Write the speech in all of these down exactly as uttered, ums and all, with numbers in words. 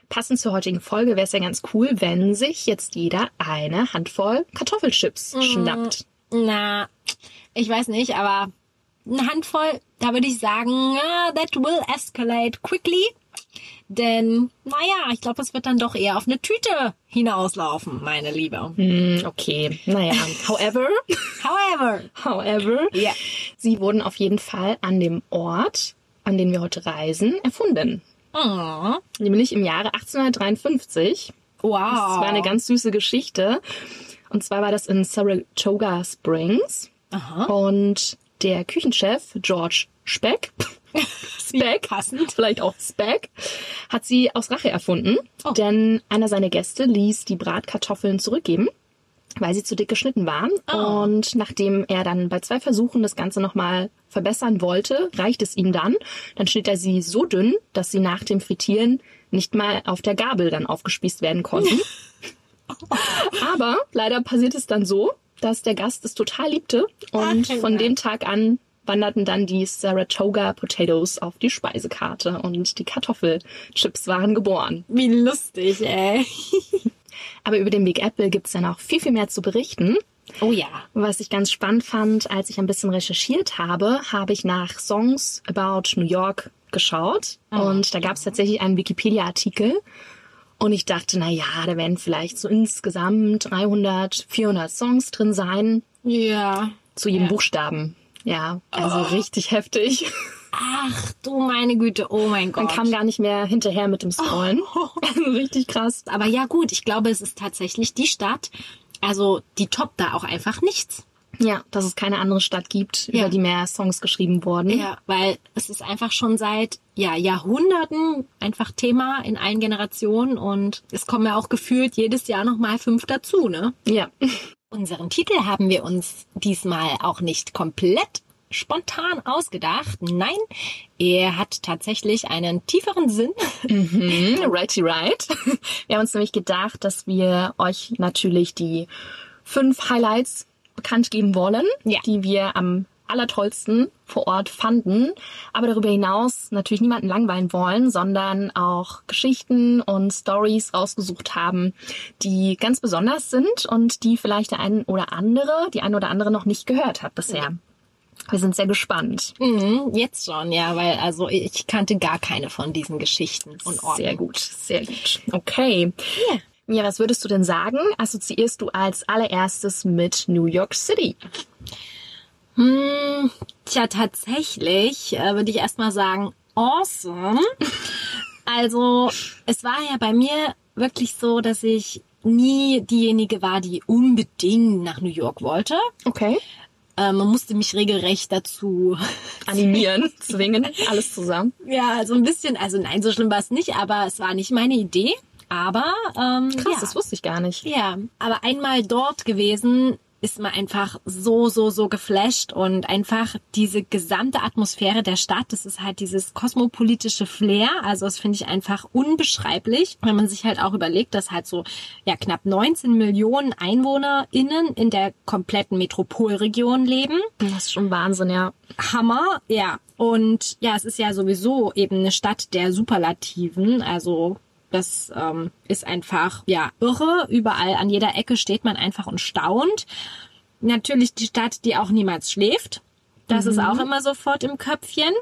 Passend zur heutigen Folge wäre es ja ganz cool, wenn sich jetzt jeder eine Handvoll Kartoffelchips mm, schnappt. Na, ich weiß nicht, aber eine Handvoll, da würde ich sagen, uh, that will escalate quickly. Denn, naja, ich glaube, es wird dann doch eher auf eine Tüte hinauslaufen, meine Liebe. Mm, okay, naja, however, however, however, yeah. Sie wurden auf jeden Fall an dem Ort, an den wir heute reisen, erfunden. Oh. Nämlich im Jahre achtzehnhundertdreiundfünfzig. Wow. Das war eine ganz süße Geschichte. Und zwar war das in Saratoga Springs. Aha. Und der Küchenchef George Speck, Speck, passend, vielleicht auch Speck, hat sie aus Rache erfunden. Oh. Denn einer seiner Gäste ließ die Bratkartoffeln zurückgeben, weil sie zu dick geschnitten waren. Oh. Und nachdem er dann bei zwei Versuchen das Ganze nochmal verbessern wollte, reicht es ihm dann. Dann schnitt er sie so dünn, dass sie nach dem Frittieren nicht mal auf der Gabel dann aufgespießt werden konnten. Aber leider passiert es dann so, dass der Gast es total liebte. Und Ach, von dem Tag an wanderten dann die Saratoga Potatoes auf die Speisekarte. Und die Kartoffelchips waren geboren. Wie lustig, ey. Aber über den Big Apple gibt's ja noch viel, viel mehr zu berichten. Oh ja. Was ich ganz spannend fand, als ich ein bisschen recherchiert habe, habe ich nach Songs about New York geschaut. Oh. Und da gab's tatsächlich einen Wikipedia-Artikel. Und ich dachte, na ja, da werden vielleicht so insgesamt dreihundert, vierhundert Songs drin sein. Ja. Zu jedem ja. Buchstaben. Ja, also oh. richtig heftig. Ach du meine Güte, oh mein Gott. Man kam gar nicht mehr hinterher mit dem Scrollen. Oh. Richtig krass. Aber ja gut, ich glaube, es ist tatsächlich die Stadt, also die toppt da auch einfach nichts. Ja, dass es keine andere Stadt gibt, ja. über die mehr Songs geschrieben wurden. Ja, weil es ist einfach schon seit ja Jahrhunderten einfach Thema in allen Generationen und es kommen ja auch gefühlt jedes Jahr nochmal fünf dazu, ne? Ja. Unseren Titel haben wir uns diesmal auch nicht komplett spontan ausgedacht. Nein, er hat tatsächlich einen tieferen Sinn. Mhm, righty right. Wir haben uns nämlich gedacht, dass wir euch natürlich die fünf Highlights bekannt geben wollen, ja. die wir am allertollsten vor Ort fanden, aber darüber hinaus natürlich niemanden langweilen wollen, sondern auch Geschichten und Stories rausgesucht haben, die ganz besonders sind und die vielleicht der ein oder andere, die ein oder andere noch nicht gehört hat bisher. Ja. Wir sind sehr gespannt. Mhm, jetzt schon, ja, weil also ich kannte gar keine von diesen Geschichten und Orten. Sehr gut, sehr gut. Okay. Ja. Ja, was würdest du denn sagen, assoziierst du als allererstes mit New York City? Hm, tja, tatsächlich äh, würde ich erstmal sagen, awesome. Also, es war ja bei mir wirklich so, dass ich nie diejenige war, die unbedingt nach New York wollte. Okay. Äh, man musste mich regelrecht dazu animieren, zwingen, alles zusammen. Ja, also ein bisschen, also nein, so schlimm war es nicht, aber es war nicht meine Idee. Aber ähm, krass, ja. das wusste ich gar nicht. Ja, aber einmal dort gewesen ist man einfach so, so, so geflasht und einfach diese gesamte Atmosphäre der Stadt, das ist halt dieses kosmopolitische Flair, also das finde ich einfach unbeschreiblich, wenn man sich halt auch überlegt, dass halt so ja knapp neunzehn Millionen EinwohnerInnen in der kompletten Metropolregion leben. Das ist schon Wahnsinn, ja. Hammer, ja. Und ja, es ist ja sowieso eben eine Stadt der Superlativen, also das ähm, ist einfach, ja, irre. Überall an jeder Ecke steht man einfach und staunt. Natürlich die Stadt, die auch niemals schläft. Das mhm. ist auch immer sofort im Köpfchen.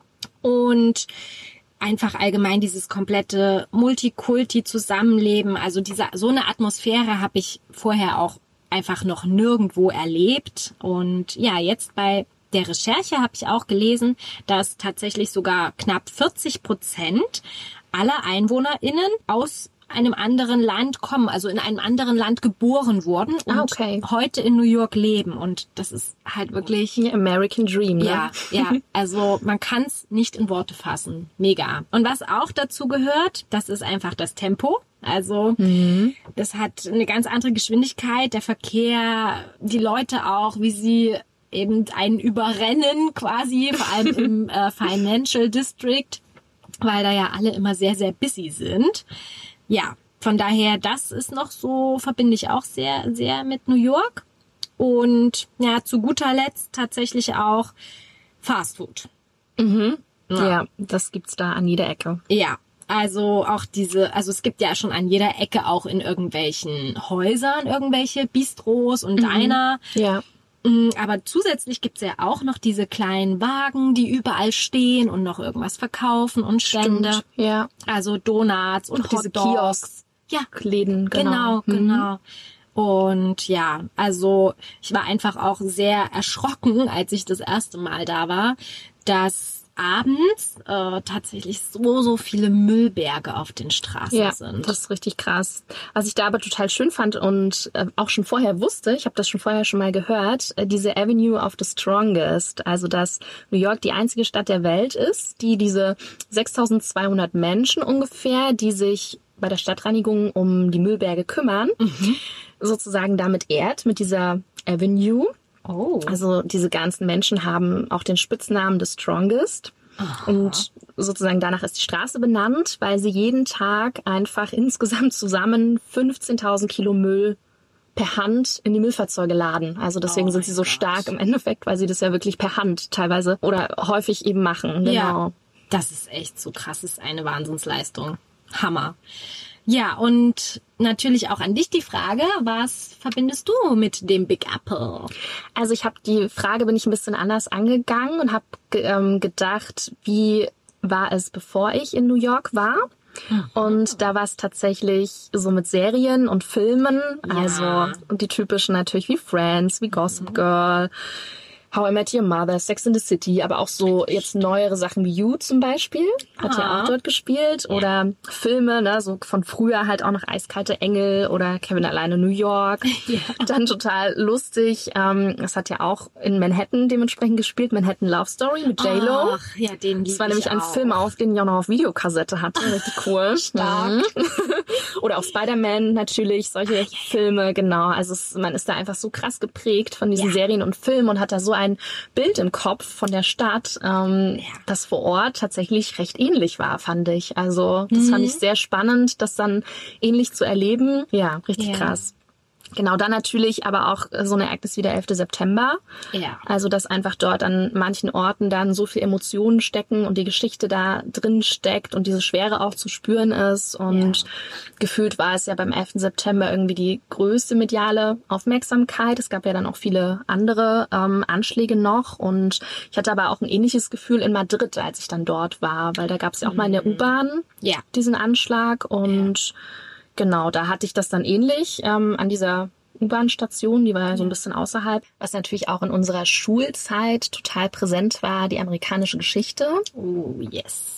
Und einfach allgemein dieses komplette Multikulti-Zusammenleben. Also diese, so eine Atmosphäre habe ich vorher auch einfach noch nirgendwo erlebt. Und ja, jetzt bei der Recherche habe ich auch gelesen, dass tatsächlich sogar knapp vierzig Prozent aller EinwohnerInnen aus einem anderen Land kommen, also in einem anderen Land geboren wurden und ah, okay. heute in New York leben. Und das ist halt wirklich... American Dream, ne? Ja, ja. Also man kann es nicht in Worte fassen. Mega. Und was auch dazu gehört, das ist einfach das Tempo. Also mhm. das hat eine ganz andere Geschwindigkeit. Der Verkehr, die Leute auch, wie sie eben einen überrennen quasi, vor allem im äh, Financial District, weil da ja alle immer sehr, sehr busy sind. Ja, von daher, das ist noch so, verbinde ich auch sehr, sehr mit New York. Und ja, zu guter Letzt tatsächlich auch Fast Food. Mhm. Ja. ja, das gibt's da an jeder Ecke. Ja, Also auch diese, also es gibt ja schon an jeder Ecke auch in irgendwelchen Häusern irgendwelche Bistros und Diner. Ja. Aber zusätzlich gibt's ja auch noch diese kleinen Wagen, die überall stehen und noch irgendwas verkaufen und Stände. Stimmt. Ja. Also Donuts und Auch diese Hotdogs. Ja, Läden, genau. genau, genau. Und ja, also ich war einfach auch sehr erschrocken, als ich das erste Mal da war, dass abends äh, tatsächlich so, so viele Müllberge auf den Straßen Ja, sind. das ist richtig krass. Was ich da aber total schön fand und äh, auch schon vorher wusste, ich habe das schon vorher schon mal gehört, äh, diese Avenue of the Strongest, also dass New York die einzige Stadt der Welt ist, die diese sechstausendzweihundert Menschen ungefähr, die sich bei der Stadtreinigung um die Müllberge kümmern, mhm. sozusagen damit ehrt, mit dieser Avenue. Oh. Also diese ganzen Menschen haben auch den Spitznamen The Strongest. Aha. Und sozusagen danach ist die Straße benannt, weil sie jeden Tag einfach insgesamt zusammen fünfzehntausend Kilo Müll per Hand in die Müllfahrzeuge laden. Also deswegen oh sind sie so Gott. stark im Endeffekt, weil sie das ja wirklich per Hand teilweise oder häufig eben machen. Genau. Ja, das ist echt so krass. Das ist eine Wahnsinnsleistung. Hammer. Ja, und natürlich auch an dich die Frage, was verbindest du mit dem Big Apple? Also ich habe die Frage, bin ich ein bisschen anders angegangen und habe ähm, gedacht, wie war es, bevor ich in New York war? Und da war es tatsächlich so mit Serien und Filmen, ja. also und die typischen natürlich wie Friends, wie Gossip Girl, How I Met Your Mother, Sex and the City, aber auch so jetzt neuere Sachen wie You zum Beispiel, hat ah. ja auch dort gespielt. Ja. Oder Filme, ne, so von früher halt auch noch Eiskalte Engel oder Kevin alleine New York. Ja. Dann total lustig, ähm, das hat ja auch in Manhattan dementsprechend gespielt, Manhattan Love Story mit J-Lo. Ach, ja, den lieb Das war nämlich ich ein auch. Film, auf den ich auch noch auf Videokassette hatte, richtig cool. Stark. Mhm. Oder auch Spider-Man natürlich, solche Filme, genau. Also es, man ist da einfach so krass geprägt von diesen ja. Serien und Filmen und hat da so ein Bild im Kopf von der Stadt, ähm, ja. das vor Ort tatsächlich recht ähnlich war, fand ich. Also das mhm. fand ich sehr spannend, das dann ähnlich zu erleben. Ja, richtig ja. krass. Genau, dann natürlich aber auch so ein Ereignis wie der elfte September. Ja. Also, dass einfach dort an manchen Orten dann so viel Emotionen stecken und die Geschichte da drin steckt und diese Schwere auch zu spüren ist. Und ja. gefühlt war es ja beim elften September irgendwie die größte mediale Aufmerksamkeit. Es gab ja dann auch viele andere ähm, Anschläge noch. Und ich hatte aber auch ein ähnliches Gefühl in Madrid, als ich dann dort war, weil da gab es ja auch mal in der U-Bahn ja. diesen Anschlag und ja. Genau, da hatte ich das dann ähnlich ähm, an dieser U-Bahn-Station, die war ja so ein bisschen außerhalb. Was natürlich auch in unserer Schulzeit total präsent war, die amerikanische Geschichte. Oh, yes.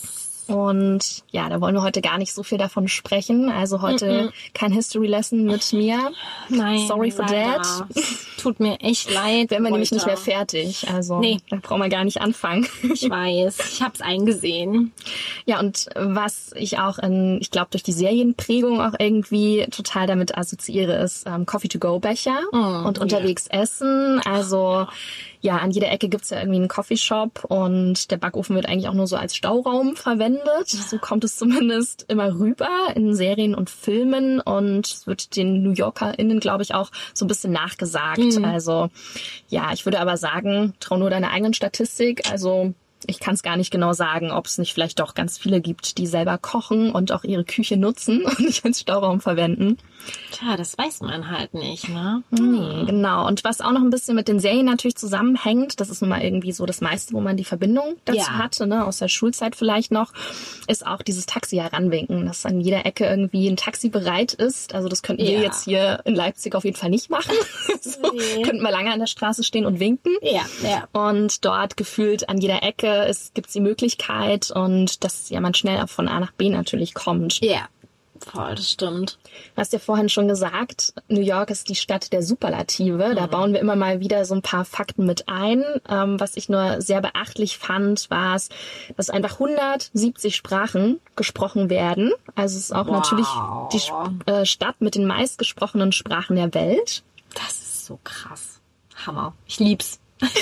Und ja, da wollen wir heute gar nicht so viel davon sprechen. Also heute Mm-mm. kein History Lesson mit mir. Nein, sorry for leider. that. Tut mir echt leid. Wären wir heute. nämlich nicht mehr fertig. Also nee. da brauchen wir gar nicht anfangen. Ich weiß, ich hab's eingesehen. Ja, und was ich auch in, ich glaube, durch die Serienprägung auch irgendwie total damit assoziiere, ist ähm, Coffee-to-go-Becher mm, und unterwegs yeah. essen. Also ja, an jeder Ecke gibt's ja irgendwie einen Coffeeshop und der Backofen wird eigentlich auch nur so als Stauraum verwendet. So kommt es zumindest immer rüber in Serien und Filmen und es wird den New YorkerInnen, glaube ich, auch so ein bisschen nachgesagt. Mhm. Also ja, ich würde aber sagen, trau nur deiner eigenen Statistik. Also ich kann es gar nicht genau sagen, ob es nicht vielleicht doch ganz viele gibt, die selber kochen und auch ihre Küche nutzen und nicht als Stauraum verwenden. Tja, das weiß man halt nicht, ne? Hm, genau. Und was auch noch ein bisschen mit den Serien natürlich zusammenhängt, das ist nun mal irgendwie so das meiste, wo man die Verbindung dazu ja. hatte, ne, aus der Schulzeit vielleicht noch, ist auch dieses Taxi heranwinken, dass an jeder Ecke irgendwie ein Taxi bereit ist. Also das könnten ja. wir jetzt hier in Leipzig auf jeden Fall nicht machen. so, nee. Könnten wir lange an der Straße stehen und winken. Ja, ja. Und dort gefühlt an jeder Ecke es gibt die Möglichkeit und dass ja man schnell von A nach B natürlich kommt. Ja. Voll, das stimmt. Du hast ja vorhin schon gesagt, New York ist die Stadt der Superlative. Mhm. Da bauen wir immer mal wieder so ein paar Fakten mit ein. Ähm, was ich nur sehr beachtlich fand, war es, dass einfach hundertsiebzig Sprachen gesprochen werden. Also es ist auch wow. natürlich die äh, Stadt mit den meistgesprochenen Sprachen der Welt. Das ist so krass. Hammer. Ich lieb's.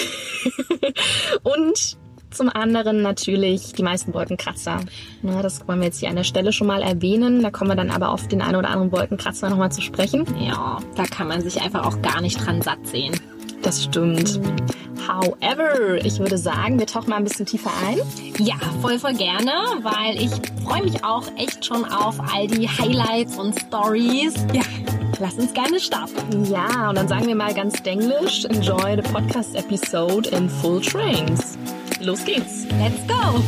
Und zum anderen natürlich die meisten Wolkenkratzer. Na, das wollen wir jetzt hier an der Stelle schon mal erwähnen. Da kommen wir dann aber auf den einen oder anderen Wolkenkratzer nochmal zu sprechen. Ja, da kann man sich einfach auch gar nicht dran satt sehen. Das stimmt. However, ich würde sagen, wir tauchen mal ein bisschen tiefer ein. Ja, voll, voll gerne, weil ich freue mich auch echt schon auf all die Highlights und Stories. Ja, lass uns gerne starten. Ja, und dann sagen wir mal ganz denglisch, enjoy the podcast episode in full trains. Los geht's. Let's go.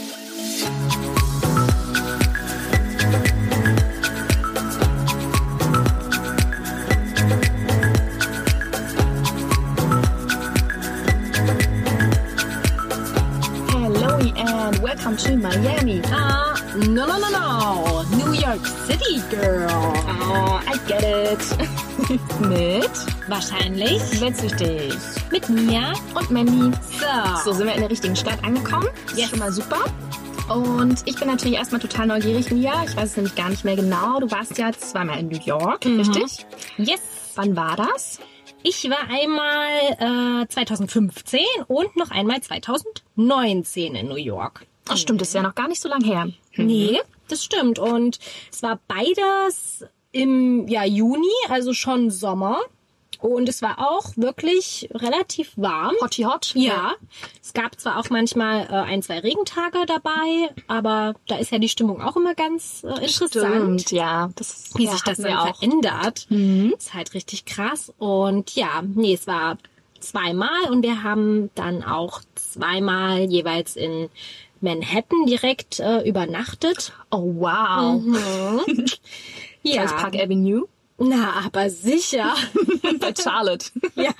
Welcome to Miami. Ah, uh, no, no, no, no. New York City, girl. Oh, I get it. Mit? Wahrscheinlich. Wettsüchtig. Mit mir. Und Mandy. So. So sind wir in der richtigen Stadt angekommen. Das yes. ist schon mal super. Und ich bin natürlich erstmal total neugierig, Mia. Ich weiß es nämlich gar nicht mehr genau. Du warst ja zweimal in New York, mhm. richtig? Yes. Wann war das? Ich war einmal äh, zwanzig fünfzehn und noch einmal zwanzig neunzehn in New York. Ach stimmt, das ist ja noch gar nicht so lang her. Mhm. Nee, das stimmt. Und es war beides im ja, Juni, also schon Sommer. Und es war auch wirklich relativ warm. Hotty hot. Ja. Es gab zwar auch manchmal äh, ein, zwei Regentage dabei, aber da ist ja die Stimmung auch immer ganz äh, interessant. Stimmt, ja. Das, wie ja, sich das dann auch. verändert. Mhm. Ist halt richtig krass. Und ja, nee, es war zweimal und wir haben dann auch zweimal jeweils in Manhattan direkt äh, übernachtet. Oh, wow. Mhm. Ja. Als Park Avenue. Na, aber sicher. Bei Charlotte. Ja,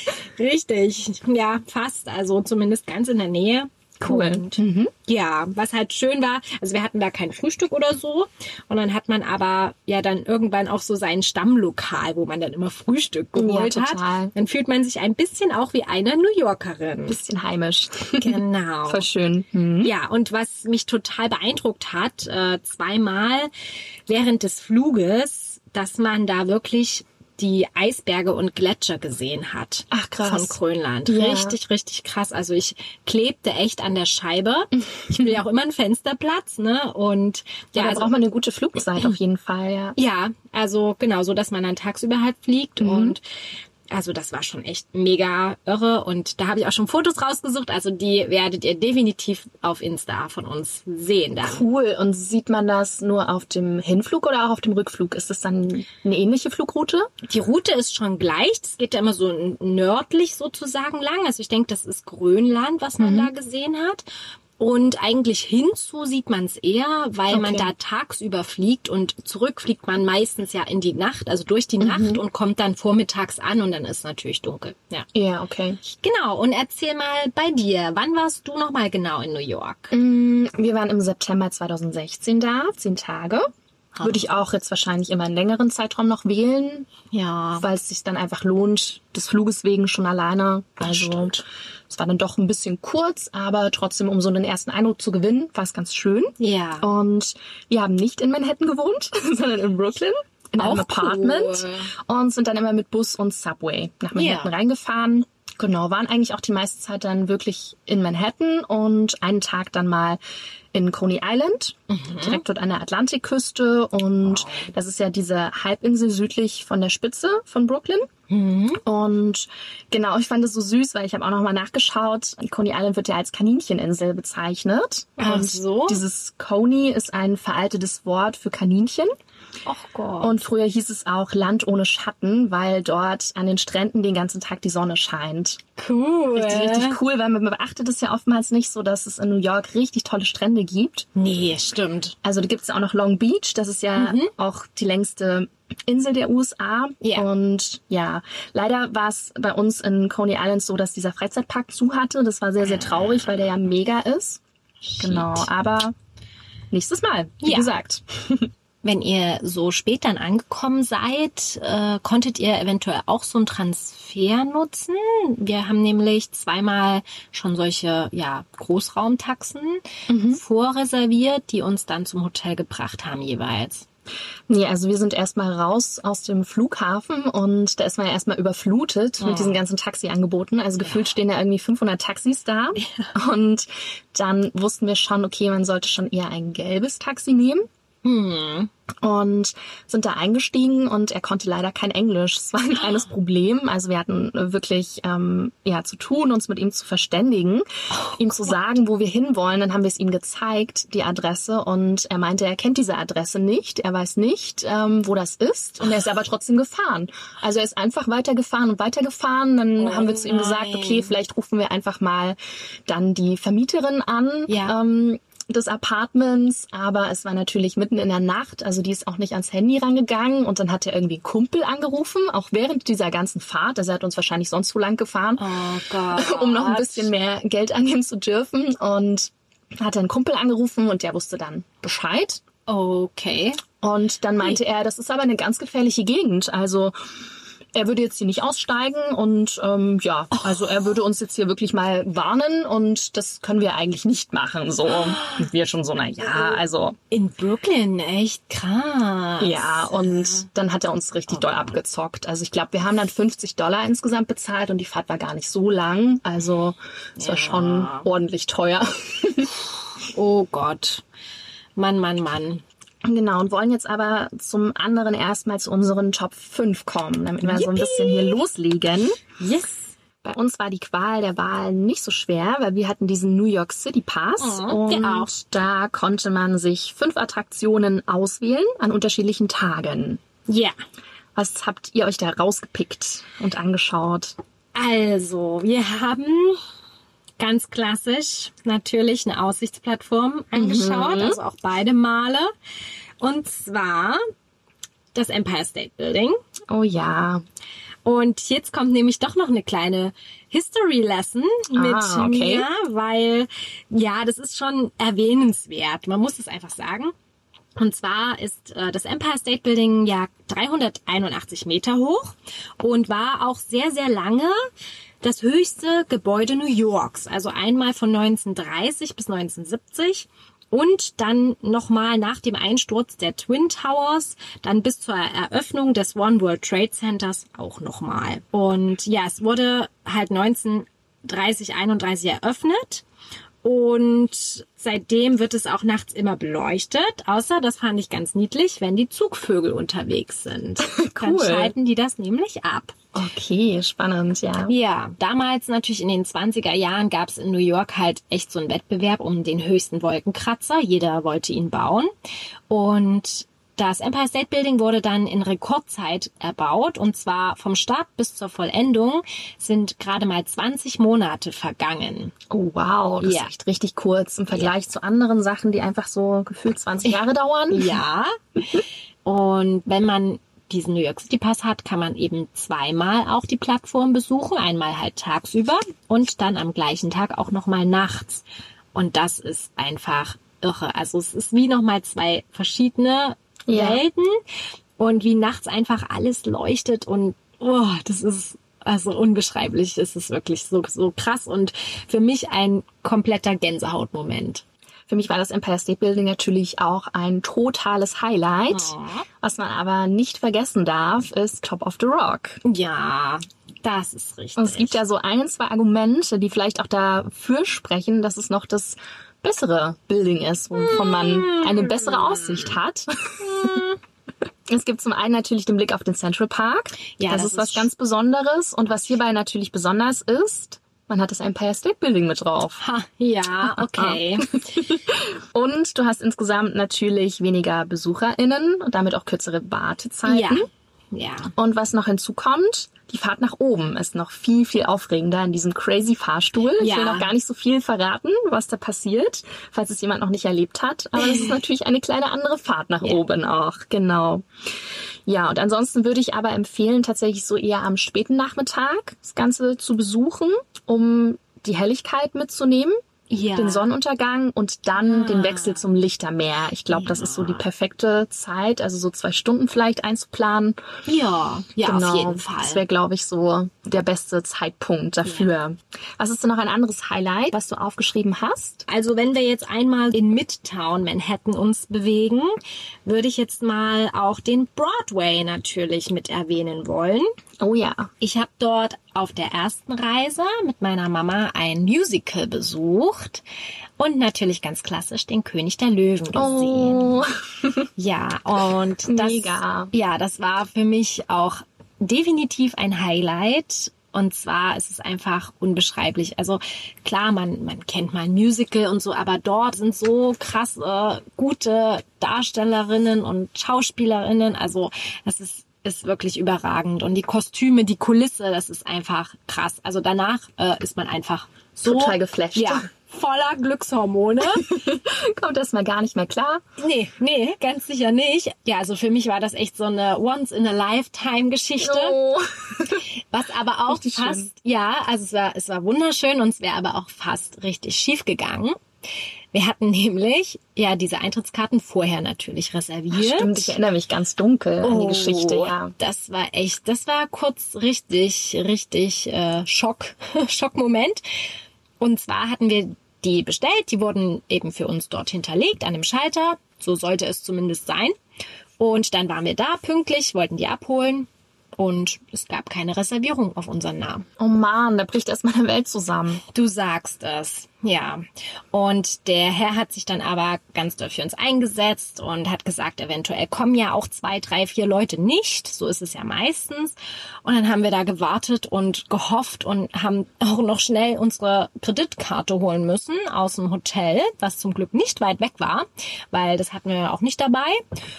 richtig. Ja, fast. Also zumindest ganz in der Nähe. Cool. Und mhm. ja, was halt schön war, also wir hatten da kein Frühstück oder so. Und dann hat man aber ja dann irgendwann auch so sein Stammlokal, wo man dann immer Frühstück geholt ja, total. hat. Dann fühlt man sich ein bisschen auch wie eine New Yorkerin. Bisschen heimisch. Genau. Voll schön. Mhm. Ja, und was mich total beeindruckt hat, äh, zweimal während des Fluges, dass man da wirklich die Eisberge und Gletscher gesehen hat. Ach, krass. Von Grönland. Ja. Richtig, richtig krass. Also ich klebte echt an der Scheibe. Ich will ja auch immer einen Fensterplatz, ne? Und ja, ja, da also, braucht man eine gute Flugzeit auf jeden Fall, ja. Ja, also genau, so dass man dann tagsüber halt fliegt Mhm. und also das war schon echt mega irre und da habe ich auch schon Fotos rausgesucht. Also die werdet ihr definitiv auf Insta von uns sehen dann. Cool. Und sieht man das nur auf dem Hinflug oder auch auf dem Rückflug? Ist das dann eine ähnliche Flugroute? Die Route ist schon gleich. Es geht ja immer so nördlich sozusagen lang. Also ich denke, das ist Grönland, was man mhm. da gesehen hat. Und eigentlich hinzu sieht man es eher, weil okay. man da tagsüber fliegt und zurück fliegt man meistens ja in die Nacht, also durch die mhm. Nacht und kommt dann vormittags an und dann ist natürlich dunkel. Ja, ja, okay. Genau, und erzähl mal bei dir, wann warst du nochmal genau in New York? Wir waren im September zwanzig sechzehn da, zehn Tage. Würde ich auch jetzt wahrscheinlich immer einen längeren Zeitraum noch wählen. Ja. Weil es sich dann einfach lohnt, des Fluges wegen schon alleine. Also es war dann doch ein bisschen kurz, aber trotzdem, um so einen ersten Eindruck zu gewinnen, war es ganz schön. Ja. Und wir haben nicht in Manhattan gewohnt, sondern in Brooklyn. In auch einem Apartment. Cool. Und sind dann immer mit Bus und Subway nach Manhattan ja. reingefahren. Genau, waren eigentlich auch die meiste Zeit dann wirklich in Manhattan und einen Tag dann mal in Coney Island, mhm. direkt dort an der Atlantikküste. Und wow. das ist ja diese Halbinsel südlich von der Spitze von Brooklyn. Mhm. Und genau, ich fand es so süß, weil ich habe auch nochmal nachgeschaut. Coney Island wird ja als Kanincheninsel bezeichnet. Ach und so. Dieses Coney ist ein veraltetes Wort für Kaninchen. Ach Gott. Und früher hieß es auch Land ohne Schatten, weil dort an den Stränden den ganzen Tag die Sonne scheint. Cool. Richtig, richtig cool, weil man beachtet es ja oftmals nicht so, dass es in New York richtig tolle Strände gibt. Nee, stimmt. Also da gibt es ja auch noch Long Beach, das ist ja mhm. auch die längste Insel der U S A. Ja. Und ja, leider war es bei uns in Coney Island so, dass dieser Freizeitpark zu hatte. Das war sehr, sehr traurig, weil der ja mega ist. Shit. Genau, aber nächstes Mal, wie ja. gesagt. Wenn ihr so spät dann angekommen seid, äh, konntet ihr eventuell auch so einen Transfer nutzen. Wir haben nämlich zweimal schon solche ja Großraumtaxen mhm. vorreserviert, die uns dann zum Hotel gebracht haben jeweils. Nee, also wir sind erstmal raus aus dem Flughafen und da ist man ja erstmal überflutet oh. mit diesen ganzen Taxiangeboten. Also gefühlt ja. stehen ja irgendwie fünfhundert Taxis da. Ja. Und dann wussten wir schon, okay, man sollte schon eher ein gelbes Taxi nehmen. Hm. Und sind da eingestiegen und er konnte leider kein Englisch. Es war ein kleines Problem. Also wir hatten wirklich ähm, ja zu tun, uns mit ihm zu verständigen, oh, ihm zu sagen, wo wir hinwollen. Dann haben wir es ihm gezeigt, die Adresse. Und er meinte, er kennt diese Adresse nicht. Er weiß nicht, ähm, wo das ist. Und er ist aber trotzdem gefahren. Also er ist einfach weitergefahren und weitergefahren. Dann oh, haben wir zu ihm gesagt, okay, vielleicht rufen wir einfach mal dann die Vermieterin an. Ja. Ähm, des Apartments, aber es war natürlich mitten in der Nacht, also die ist auch nicht ans Handy rangegangen und dann hat er irgendwie einen Kumpel angerufen, auch während dieser ganzen Fahrt, also er hat uns wahrscheinlich sonst so lang gefahren, oh Gott. um noch ein bisschen mehr Geld annehmen zu dürfen und hat einen Kumpel angerufen und der wusste dann Bescheid. Okay. Und dann meinte er, das ist aber eine ganz gefährliche Gegend, also er würde jetzt hier nicht aussteigen und ähm, ja, also er würde uns jetzt hier wirklich mal warnen und das können wir eigentlich nicht machen. So, und wir schon so, na ja, also in Brooklyn, echt krass. Ja, und dann hat er uns richtig oh. doll abgezockt. Also ich glaube, wir haben dann fünfzig Dollar insgesamt bezahlt und die Fahrt war gar nicht so lang. Also es ja. war schon ordentlich teuer. Oh Gott, Mann, Mann, Mann. Genau, und wollen jetzt aber zum anderen erstmal zu unseren Top fünf kommen, damit wir Yippie. so ein bisschen hier loslegen. Yes! Bei uns war die Qual der Wahl nicht so schwer, weil wir hatten diesen New York City Pass oh, und auch. da konnte man sich fünf Attraktionen auswählen an unterschiedlichen Tagen. Ja. Yeah. Was habt ihr euch da rausgepickt und angeschaut? Also, wir haben ganz klassisch natürlich eine Aussichtsplattform angeschaut, mhm. also auch beide Male. Und zwar das Empire State Building. Oh ja. Und jetzt kommt nämlich doch noch eine kleine History Lesson mit ah, okay. mir, weil ja, das ist schon erwähnenswert. Man muss es einfach sagen. Und zwar ist äh, das Empire State Building ja dreihunderteinundachtzig Meter hoch und war auch sehr, sehr lange das höchste Gebäude New Yorks. Also einmal von neunzehnhundertdreißig bis neunzehnhundertsiebzig und dann nochmal nach dem Einsturz der Twin Towers, dann bis zur Eröffnung des One World Trade Centers auch nochmal. Und ja, es wurde halt neunzehnhundertdreißig, einunddreißig eröffnet. Und seitdem wird es auch nachts immer beleuchtet, außer, das fand ich ganz niedlich, wenn die Zugvögel unterwegs sind. Cool. Dann schalten die das nämlich ab. Okay, spannend, ja. Ja, damals natürlich in den zwanziger Jahren gab es in New York halt echt so einen Wettbewerb um den höchsten Wolkenkratzer. Jeder wollte ihn bauen. Und das Empire State Building wurde dann in Rekordzeit erbaut und zwar vom Start bis zur Vollendung sind gerade mal zwanzig Monate vergangen. Oh wow, das ja. ist echt richtig kurz im Vergleich ja. zu anderen Sachen, die einfach so gefühlt zwanzig Jahre dauern. Ja, und wenn man diesen New York City Pass hat, kann man eben zweimal auch die Plattform besuchen, einmal halt tagsüber und dann am gleichen Tag auch nochmal nachts. Und das ist einfach irre. Also es ist wie nochmal zwei verschiedene Ja. Welten und wie nachts einfach alles leuchtet und oh, das ist also unbeschreiblich. Es ist wirklich so so krass und für mich ein kompletter Gänsehautmoment. Für mich war das Empire State Building natürlich auch ein totales Highlight. Oh. Was man aber nicht vergessen darf, ist Top of the Rock. Ja, das ist richtig. Und es gibt ja so ein, zwei Argumente, die vielleicht auch dafür sprechen, dass es noch das bessere Building ist, wovon man eine bessere Aussicht hat. Es gibt zum einen natürlich den Blick auf den Central Park. Ja, das, das ist was ist ganz Besonderes. Und was hierbei natürlich besonders ist, man hat das Empire State Building mit drauf. Ha, ja, okay. Und du hast insgesamt natürlich weniger BesucherInnen und damit auch kürzere Wartezeiten. Ja. Ja. Und was noch hinzukommt, die Fahrt nach oben ist noch viel, viel aufregender in diesem crazy Fahrstuhl. Ich Ja. will noch gar nicht so viel verraten, was da passiert, falls es jemand noch nicht erlebt hat. Aber es ist natürlich eine kleine andere Fahrt nach Ja. oben auch. Genau. Ja, und ansonsten würde ich aber empfehlen, tatsächlich so eher am späten Nachmittag das Ganze zu besuchen, um die Helligkeit mitzunehmen. Ja. Den Sonnenuntergang und dann Ah. den Wechsel zum Lichtermeer. Ich glaube, das ist so die perfekte Zeit, also so zwei Stunden vielleicht einzuplanen. Ja, ja, Genau. auf jeden Fall. Das wäre, glaube ich, so der beste Zeitpunkt dafür. Was ist denn noch ein anderes Highlight, was du aufgeschrieben hast? Also wenn wir jetzt einmal in Midtown Manhattan uns bewegen, würde ich jetzt mal auch den Broadway natürlich mit erwähnen wollen. Oh ja. Ich habe dort auf der ersten Reise mit meiner Mama ein Musical besucht und natürlich ganz klassisch den König der Löwen gesehen. Oh. Ja, und das, Mega. ja, das war für mich auch definitiv ein Highlight. Und zwar ist es einfach unbeschreiblich. Also klar, man, man kennt mal ein Musical und so, aber dort sind so krasse, gute Darstellerinnen und Schauspielerinnen. Also das ist, ist wirklich überragend. Und die Kostüme, die Kulisse, das ist einfach krass. Also danach äh, ist man einfach so... Total geflasht. Ja, voller Glückshormone. Kommt das mal gar nicht mehr klar? Nee, nee, ganz sicher nicht. Ja, also für mich war das echt so eine Once-in-a-Lifetime-Geschichte. Oh. Was aber auch Richtig fast, schön. ja, also es war, es war wunderschön und es wäre aber auch fast richtig schief gegangen. Wir hatten nämlich, ja, diese Eintrittskarten vorher natürlich reserviert. Stimmt, ich erinnere mich ganz dunkel an die Geschichte, ja. Das war echt, das war kurz richtig, richtig äh, Schock, Schockmoment. Und zwar hatten wir die bestellt, die wurden eben für uns dort hinterlegt an dem Schalter. So sollte es zumindest sein. Und dann waren wir da pünktlich, wollten die abholen. Und es gab keine Reservierung auf unseren Namen. Oh Mann, da bricht erst meine Welt zusammen. Du sagst es, ja. Und der Herr hat sich dann aber ganz doll für uns eingesetzt und hat gesagt, eventuell kommen ja auch zwei, drei, vier Leute nicht. So ist es ja meistens. Und dann haben wir da gewartet und gehofft und haben auch noch schnell unsere Kreditkarte holen müssen aus dem Hotel, was zum Glück nicht weit weg war, weil das hatten wir auch nicht dabei.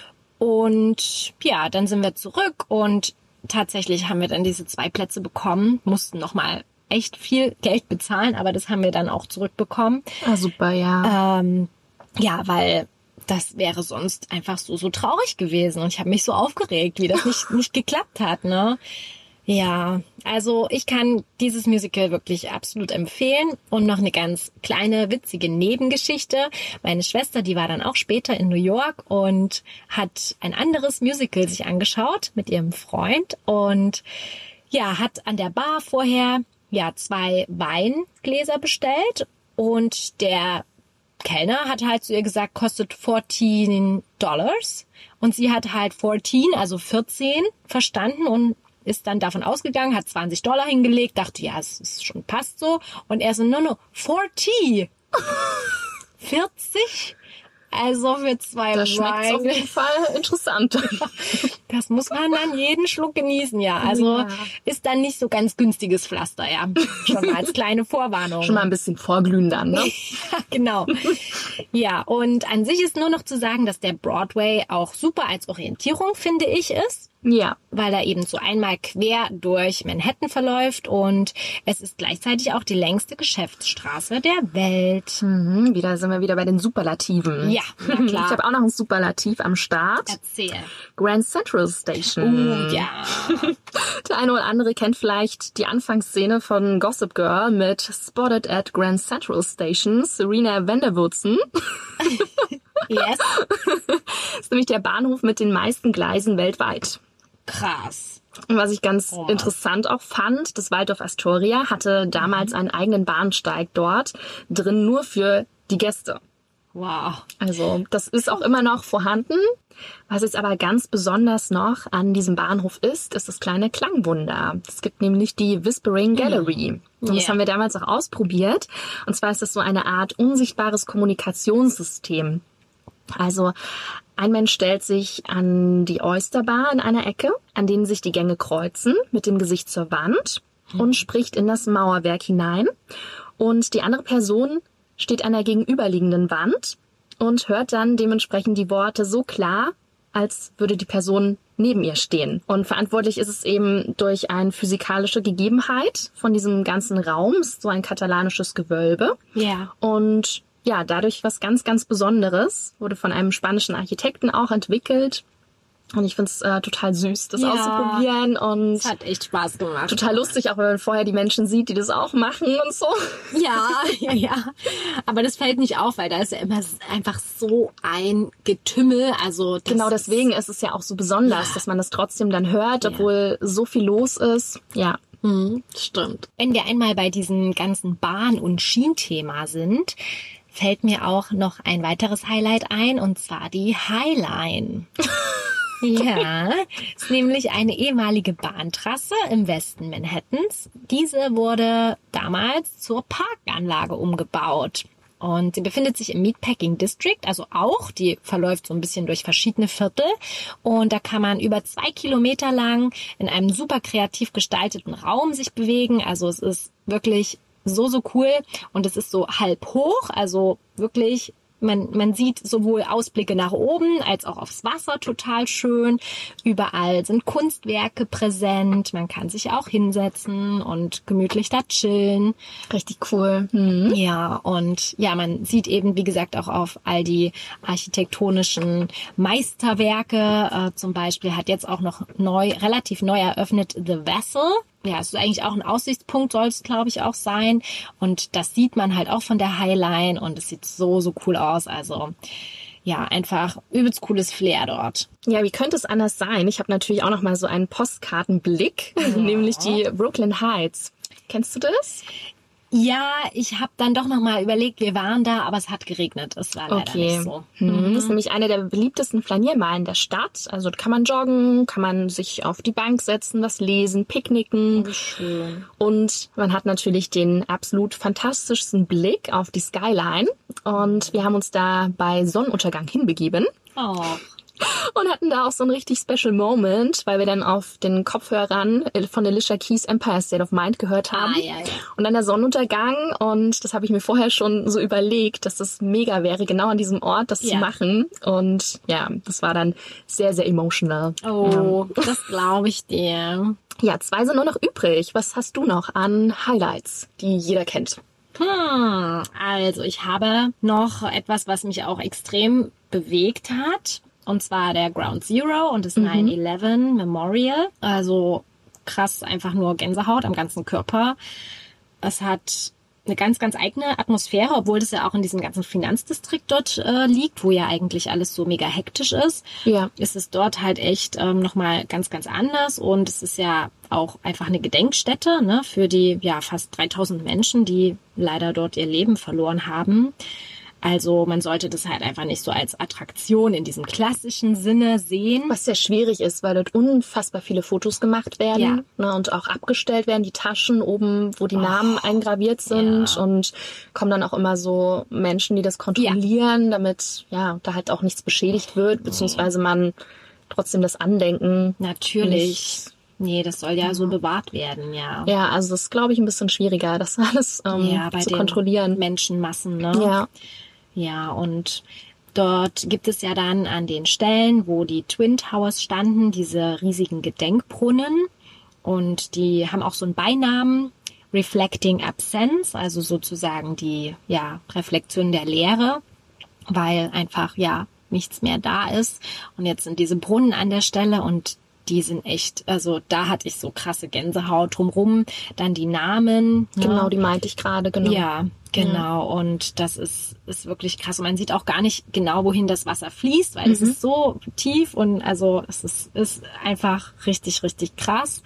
Und ja, dann sind wir zurück und tatsächlich haben wir dann diese zwei Plätze bekommen, mussten nochmal echt viel Geld bezahlen, aber das haben wir dann auch zurückbekommen. Ah, super, ja. Ähm, ja, weil das wäre sonst einfach so so traurig gewesen und ich habe mich so aufgeregt, wie das nicht nicht geklappt hat, ne? Ja, also ich kann dieses Musical wirklich absolut empfehlen. Und noch eine ganz kleine, witzige Nebengeschichte. Meine Schwester, die war dann auch später in New York und hat ein anderes Musical sich angeschaut mit ihrem Freund und ja, hat an der Bar vorher ja zwei Weingläser bestellt und der Kellner hat halt zu ihr gesagt, kostet vierzehn Dollars und sie hat halt vierzehn, also vierzehn verstanden und ist dann davon ausgegangen, hat zwanzig Dollar hingelegt, dachte, ja, es ist schon passt so. Und er so, no, no, vierzig. vierzig? Also für zwei Das schmeckt auf jeden Fall interessant. Das muss man dann jeden Schluck genießen, ja. Also Ja. ist dann nicht so ganz günstiges Pflaster, ja. Schon mal als kleine Vorwarnung. Schon mal ein bisschen vorglühen dann, ne? Ja, genau. Ja, und an sich ist nur noch zu sagen, dass der Broadway auch super als Orientierung, finde ich, ist. Ja. Weil er eben so einmal quer durch Manhattan verläuft und es ist gleichzeitig auch die längste Geschäftsstraße der Welt. Mhm, wieder sind wir wieder bei den Superlativen. Ja, na klar. Ich habe auch noch ein Superlativ am Start. Erzähl. Grand Central Station. Oh, ja. Der eine oder andere kennt vielleicht die Anfangsszene von Gossip Girl mit Spotted at Grand Central Station, Serena Vanderwoodson. Yes. Das ist nämlich der Bahnhof mit den meisten Gleisen weltweit. Krass. Und was ich ganz Oh. interessant auch fand, das Waldorf Astoria hatte damals einen eigenen Bahnsteig dort drin, nur für die Gäste. Wow. Also das ist auch immer noch vorhanden. Was jetzt aber ganz besonders noch an diesem Bahnhof ist, ist das kleine Klangwunder. Es gibt nämlich die Whispering Gallery. Und das Yeah. haben wir damals auch ausprobiert. Und zwar ist das so eine Art unsichtbares Kommunikationssystem. Also ein Mensch stellt sich an die Oysterbar in einer Ecke, an denen sich die Gänge kreuzen, mit dem Gesicht zur Wand und spricht in das Mauerwerk hinein. Und die andere Person steht an der gegenüberliegenden Wand und hört dann dementsprechend die Worte so klar, als würde die Person neben ihr stehen. Und verantwortlich ist es eben durch eine physikalische Gegebenheit von diesem ganzen Raum, es ist so ein katalanisches Gewölbe. Ja. Und ja, dadurch was ganz, ganz Besonderes, wurde von einem spanischen Architekten auch entwickelt. Und ich finde es äh, total süß, das Ja. auszuprobieren und Es hat echt Spaß gemacht. total lustig, auch wenn man vorher die Menschen sieht, die das auch machen und so. Ja, ja, ja. Aber das fällt nicht auf, weil da ist ja immer einfach so ein Getümmel. Also das Genau deswegen ist es ja auch so besonders, Ja. dass man das trotzdem dann hört, obwohl so viel los ist. Ja. Mhm, stimmt. Wenn wir einmal bei diesem ganzen Bahn- und Schienenthema sind, fällt mir auch noch ein weiteres Highlight ein, und zwar die Highline. Ja, ist nämlich eine ehemalige Bahntrasse im Westen Manhattans. Diese wurde damals zur Parkanlage umgebaut. Und sie befindet sich im Meatpacking District, also auch, die verläuft so ein bisschen durch verschiedene Viertel. Und da kann man über zwei Kilometer lang in einem super kreativ gestalteten Raum sich bewegen. Also es ist wirklich so, so cool. Und es ist so halb hoch, also wirklich... Man, man sieht sowohl Ausblicke nach oben als auch aufs Wasser total schön. Überall sind Kunstwerke präsent. Man kann sich auch hinsetzen und gemütlich da chillen. Richtig cool. Mhm. Ja, und ja, man sieht eben, wie gesagt, auch auf all die architektonischen Meisterwerke. Äh, zum Beispiel hat jetzt auch noch neu, relativ neu eröffnet The Vessel. Ja, es ist eigentlich auch ein Aussichtspunkt, soll es, glaube ich, auch sein. Und das sieht man halt auch von der Highline und es sieht so, so cool aus. Also ja, einfach übelst cooles Flair dort. Ja, wie könnte es anders sein? Ich habe natürlich auch noch mal so einen Postkartenblick, ja. Nämlich die Brooklyn Heights. Kennst du das? Ja, ich habe dann doch noch mal überlegt, wir waren da, aber es hat geregnet. Es war leider okay. nicht so. Mhm. Das ist nämlich eine der beliebtesten Flaniermeilen der Stadt. Also kann man joggen, kann man sich auf die Bank setzen, was lesen, picknicken. Oh, schön. Und man hat natürlich den absolut fantastischsten Blick auf die Skyline. Und wir haben uns da bei Sonnenuntergang hinbegeben. Oh. Und hatten da auch so einen richtig special Moment, weil wir dann auf den Kopfhörern von Alicia Keys Empire State of Mind gehört haben. Ah, ja, ja. Und dann der Sonnenuntergang. Und das habe ich mir vorher schon so überlegt, dass das mega wäre, genau an diesem Ort das ja. zu machen. Und ja, das war dann sehr, sehr emotional. Oh, ja. Das glaube ich dir. Ja, zwei sind nur noch übrig. Was hast du noch an Highlights, die jeder kennt? Hm, also ich habe noch etwas, was mich auch extrem bewegt hat. Und zwar der Ground Zero und das mhm. nine eleven Memorial. Also krass, einfach nur Gänsehaut am ganzen Körper. Es hat eine ganz, ganz eigene Atmosphäre, obwohl das ja auch in diesem ganzen Finanzdistrikt dort äh, liegt, wo ja eigentlich alles so mega hektisch ist. Ja. Ist es dort halt echt ähm, nochmal ganz, ganz anders. Und es ist ja auch einfach eine Gedenkstätte, ne, für die ja fast dreitausend Menschen, die leider dort ihr Leben verloren haben. Also man sollte das halt einfach nicht so als Attraktion in diesem klassischen Sinne sehen. Was sehr schwierig ist, weil dort unfassbar viele Fotos gemacht werden, ja. ne, und auch abgestellt werden, die Taschen oben, wo die oh, Namen eingraviert sind, ja. und kommen dann auch immer so Menschen, die das kontrollieren, ja. damit ja da halt auch nichts beschädigt wird, beziehungsweise man trotzdem das Andenken natürlich nicht. Nee, das soll ja so bewahrt werden, ja. Ja, also das ist, glaube ich, ein bisschen schwieriger, das alles ähm, ja, bei zu den kontrollieren. Menschenmassen, ne? Ja. Ja, und dort gibt es ja dann an den Stellen, wo die Twin Towers standen, diese riesigen Gedenkbrunnen. Und die haben auch so einen Beinamen, Reflecting Absence, also sozusagen die ja Reflexion der Leere, weil einfach ja nichts mehr da ist. Und jetzt sind diese Brunnen an der Stelle und die sind echt, also da hatte ich so krasse Gänsehaut drumrum. Dann die Namen. Genau, ne? die meinte ich gerade, genau. Ja, genau. Ja. Und das ist, ist wirklich krass. Und man sieht auch gar nicht genau, wohin das Wasser fließt, weil mhm. es ist so tief und also es ist, ist einfach richtig, richtig krass.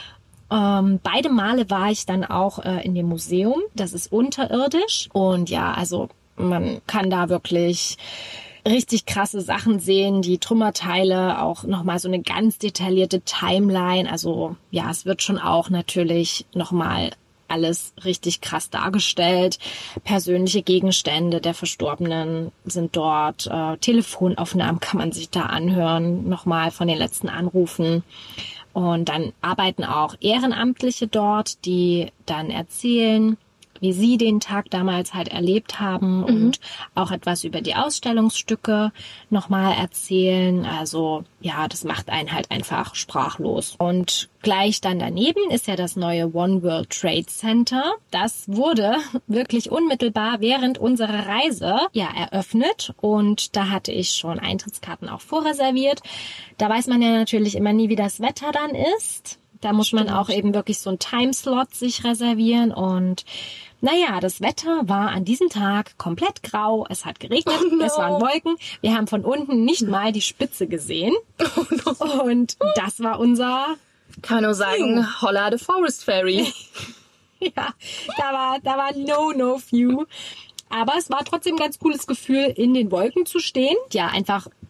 Ähm, beide Male war ich dann auch äh, in dem Museum. Das ist unterirdisch. Und ja, also man kann da wirklich richtig krasse Sachen sehen, die Trümmerteile, auch nochmal so eine ganz detaillierte Timeline. Also ja, es wird schon auch natürlich nochmal alles richtig krass dargestellt. Persönliche Gegenstände der Verstorbenen sind dort. Äh, Telefonaufnahmen kann man sich da anhören, nochmal von den letzten Anrufen. Und dann arbeiten auch Ehrenamtliche dort, die dann erzählen, wie sie den Tag damals halt erlebt haben mhm. und auch etwas über die Ausstellungsstücke nochmal erzählen. Also ja, das macht einen halt einfach sprachlos. Und gleich dann daneben ist ja das neue One World Trade Center. Das wurde wirklich unmittelbar während unserer Reise ja eröffnet und da hatte ich schon Eintrittskarten auch vorreserviert. Da weiß man ja natürlich immer nie, wie das Wetter dann ist. Da muss man auch eben wirklich so einen Timeslot sich reservieren und naja, das Wetter war an diesem Tag komplett grau. Es hat geregnet, oh no. Es waren Wolken. Wir haben von unten nicht mal die Spitze gesehen. Oh no. Und das war unser... Kann man nur sagen, holla the Forest Fairy. Ja, da war, da war no, no view. Aber es war trotzdem ein ganz cooles Gefühl, in den Wolken zu stehen. Ja, einfach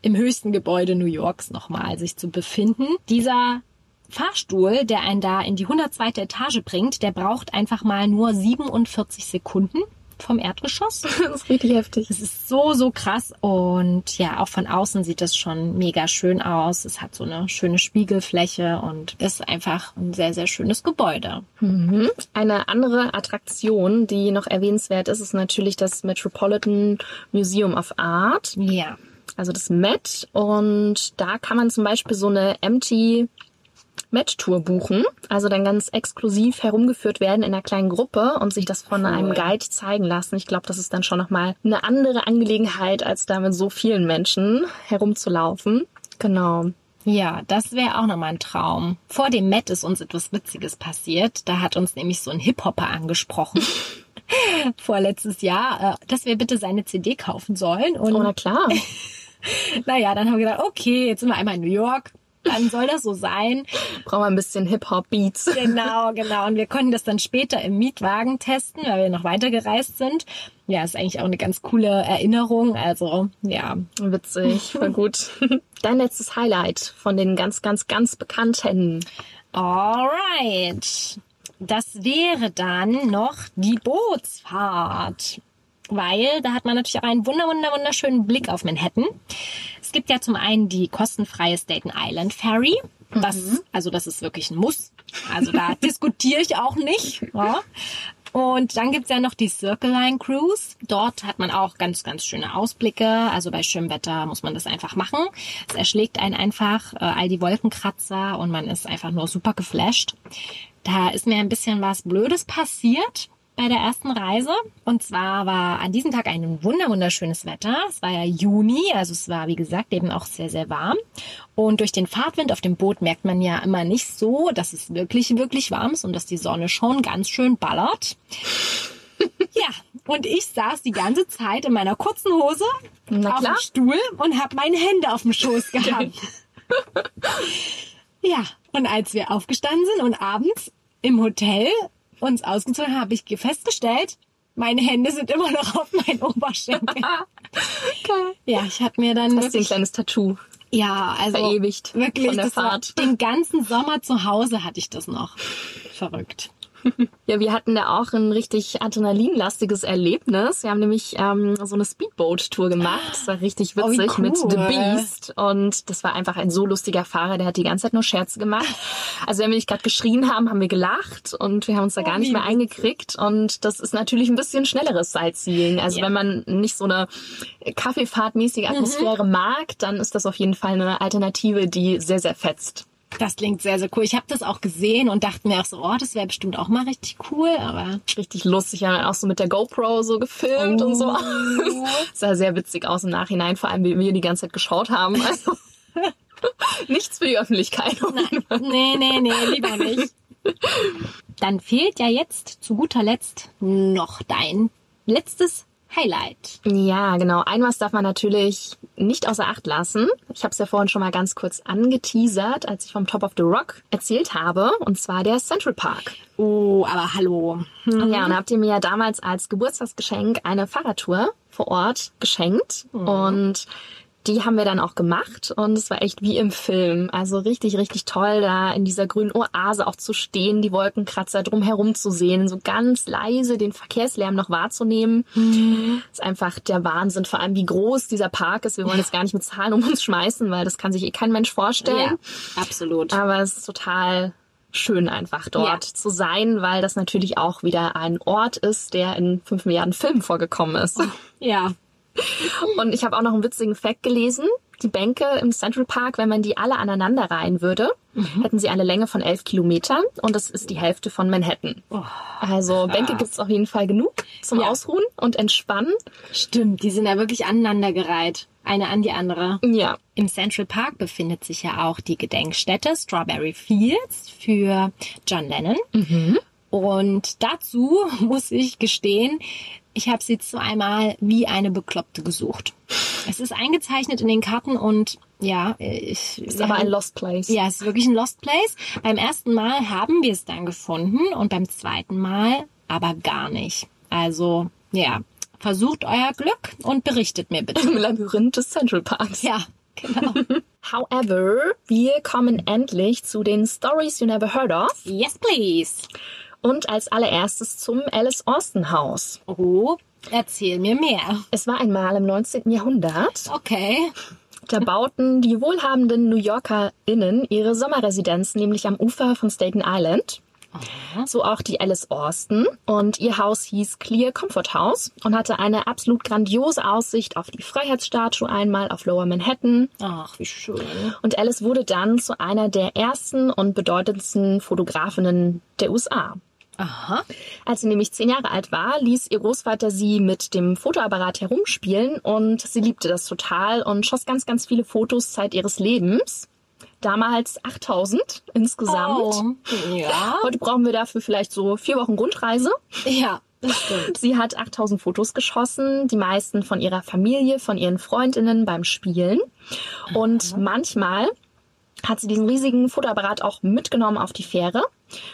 im höchsten Gebäude New Yorks nochmal sich zu befinden. Dieser Fahrstuhl, der einen da in die hundertzweite Etage bringt, der braucht einfach mal nur siebenundvierzig Sekunden vom Erdgeschoss. Das ist richtig heftig. Das ist so, so krass. Und ja, auch von außen sieht das schon mega schön aus. Es hat so eine schöne Spiegelfläche und ist einfach ein sehr, sehr schönes Gebäude. Mhm. Eine andere Attraktion, die noch erwähnenswert ist, ist natürlich das Metropolitan Museum of Art. Ja. Also das Met. Und da kann man zum Beispiel so eine Empty Met-Tour buchen, also dann ganz exklusiv herumgeführt werden in einer kleinen Gruppe und sich das von cool. einem Guide zeigen lassen. Ich glaube, das ist dann schon nochmal eine andere Angelegenheit, als da mit so vielen Menschen herumzulaufen. Genau. Ja, das wäre auch nochmal ein Traum. Vor dem Met ist uns etwas Witziges passiert. Da hat uns nämlich so ein Hip-Hopper angesprochen. Vorletztes Jahr, dass wir bitte seine C D kaufen sollen. Und oh, na klar. Naja, dann haben wir gedacht, okay, jetzt sind wir einmal in New York. Dann soll das so sein. Brauchen wir ein bisschen Hip-Hop-Beats. Genau, genau. Und wir konnten das dann später im Mietwagen testen, weil wir noch weitergereist sind. Ja, ist eigentlich auch eine ganz coole Erinnerung. Also, ja. Witzig, voll gut. Dein letztes Highlight von den ganz, ganz, ganz Bekannten. Alright. Das wäre dann noch die Bootsfahrt. Weil da hat man natürlich auch einen wunder, wunder, wunderschönen Blick auf Manhattan. Es gibt ja zum einen die kostenfreie Staten Island Ferry. Das, mhm. Also das ist wirklich ein Muss. Also da diskutiere ich auch nicht. Ja. Und dann gibt's ja noch die Circle Line Cruise. Dort hat man auch ganz, ganz schöne Ausblicke. Also bei schönem Wetter muss man das einfach machen. Es erschlägt einen einfach, äh, all die Wolkenkratzer und man ist einfach nur super geflasht. Da ist mir ein bisschen was Blödes passiert bei der ersten Reise. Und zwar war an diesem Tag ein wunder wunderschönes Wetter. Es war ja Juni, also es war, wie gesagt, eben auch sehr, sehr warm. Und durch den Fahrtwind auf dem Boot merkt man ja immer nicht so, dass es wirklich, wirklich warm ist und dass die Sonne schon ganz schön ballert. Ja, und ich saß die ganze Zeit in meiner kurzen Hose auf dem Stuhl und habe meine Hände auf dem Schoß gehabt. Ja, und als wir aufgestanden sind und abends im Hotel uns ausgezogen, habe ich festgestellt, meine Hände sind immer noch auf meinen Oberschenkeln. Okay. Ja, ich hatte mir dann das ist ein kleines Tattoo. Ja, also verewigt wirklich von der das Fahrt. War, den ganzen Sommer zu Hause hatte ich das noch. Verrückt. Ja, wir hatten da auch ein richtig adrenalinlastiges Erlebnis. Wir haben nämlich ähm, so eine Speedboat-Tour gemacht. Das war richtig witzig oh, cool. mit The Beast. Und das war einfach ein so lustiger Fahrer, der hat die ganze Zeit nur Scherze gemacht. Also wenn wir nicht gerade geschrien haben, haben wir gelacht und wir haben uns da gar nicht mehr eingekriegt. Und das ist natürlich ein bisschen schnelleres Sightseeing. Also ja. wenn man nicht so eine Kaffeefahrtmäßige Atmosphäre mhm. mag, dann ist das auf jeden Fall eine Alternative, die sehr, sehr fetzt. Das klingt sehr, sehr cool. Ich habe das auch gesehen und dachte mir auch so, oh, das wäre bestimmt auch mal richtig cool, aber... Richtig lustig. Wir haben auch so mit der GoPro so gefilmt oh. und so. Das sah sehr witzig aus im Nachhinein, vor allem, wie wir die ganze Zeit geschaut haben. Also nichts für die Öffentlichkeit. Nein. Nee, nee, nee, lieber nicht. Dann fehlt ja jetzt zu guter Letzt noch dein letztes Highlight. Ja, genau. Ein was darf man natürlich nicht außer Acht lassen. Ich habe es ja vorhin schon mal ganz kurz angeteasert, als ich vom Top of the Rock erzählt habe, und zwar der Central Park. Oh, aber hallo. Mhm. Ja, und habt ihr mir ja damals als Geburtstagsgeschenk eine Fahrradtour vor Ort geschenkt mhm. und die haben wir dann auch gemacht und es war echt wie im Film. Also richtig, richtig toll, da in dieser grünen Oase auch zu stehen, die Wolkenkratzer drumherum zu sehen, so ganz leise den Verkehrslärm noch wahrzunehmen. Mhm. Das ist einfach der Wahnsinn, vor allem wie groß dieser Park ist. Wir wollen jetzt gar nicht mit Zahlen um uns schmeißen, weil das kann sich eh kein Mensch vorstellen. Ja, absolut. Aber es ist total schön einfach dort ja. zu sein, weil das natürlich auch wieder ein Ort ist, der in fünf Milliarden Filmen vorgekommen ist. Ja. Und ich habe auch noch einen witzigen Fact gelesen. Die Bänke im Central Park, wenn man die alle aneinander reihen würde, mhm. hätten sie eine Länge von elf Kilometern und das ist die Hälfte von Manhattan. Oh, also krass. Bänke gibt's auf jeden Fall genug zum ja. Ausruhen und Entspannen. Stimmt, die sind ja wirklich aneinandergereiht. Eine an die andere. Ja. Im Central Park befindet sich ja auch die Gedenkstätte Strawberry Fields für John Lennon. Mhm. Und dazu muss ich gestehen, ich habe sie zweimal wie eine Bekloppte gesucht. Es ist eingezeichnet in den Karten und ja, ich... Ist aber ein Lost Place. Ja, es ist wirklich ein Lost Place. Beim ersten Mal haben wir es dann gefunden und beim zweiten Mal aber gar nicht. Also, ja, versucht euer Glück und berichtet mir bitte. Im Labyrinth des Central Parks. Ja, Genau. However, wir kommen endlich zu den Stories you never heard of. Yes, please. Und als allererstes zum Alice Austin Haus. Oh, erzähl mir mehr. Es war einmal im neunzehnten Jahrhundert. Okay. Da bauten die wohlhabenden New YorkerInnen ihre Sommerresidenz, nämlich am Ufer von Staten Island. Aha. So auch die Alice Austin. Und ihr Haus hieß Clear Comfort House und hatte eine absolut grandiose Aussicht auf die Freiheitsstatue einmal auf Lower Manhattan. Ach, wie schön. Und Alice wurde dann zu einer der ersten und bedeutendsten Fotografinnen der U S A. Aha. Als sie nämlich zehn Jahre alt war, ließ ihr Großvater sie mit dem Fotoapparat herumspielen und sie liebte das total und schoss ganz, ganz viele Fotos Zeit ihres Lebens. Damals achttausend insgesamt. Oh, ja. Heute brauchen wir dafür vielleicht so vier Wochen Rundreise. Ja, das stimmt. Sie hat achttausend Fotos geschossen, die meisten von ihrer Familie, von ihren Freundinnen beim Spielen. Und mhm. manchmal hat sie diesen riesigen Fotoapparat auch mitgenommen auf die Fähre,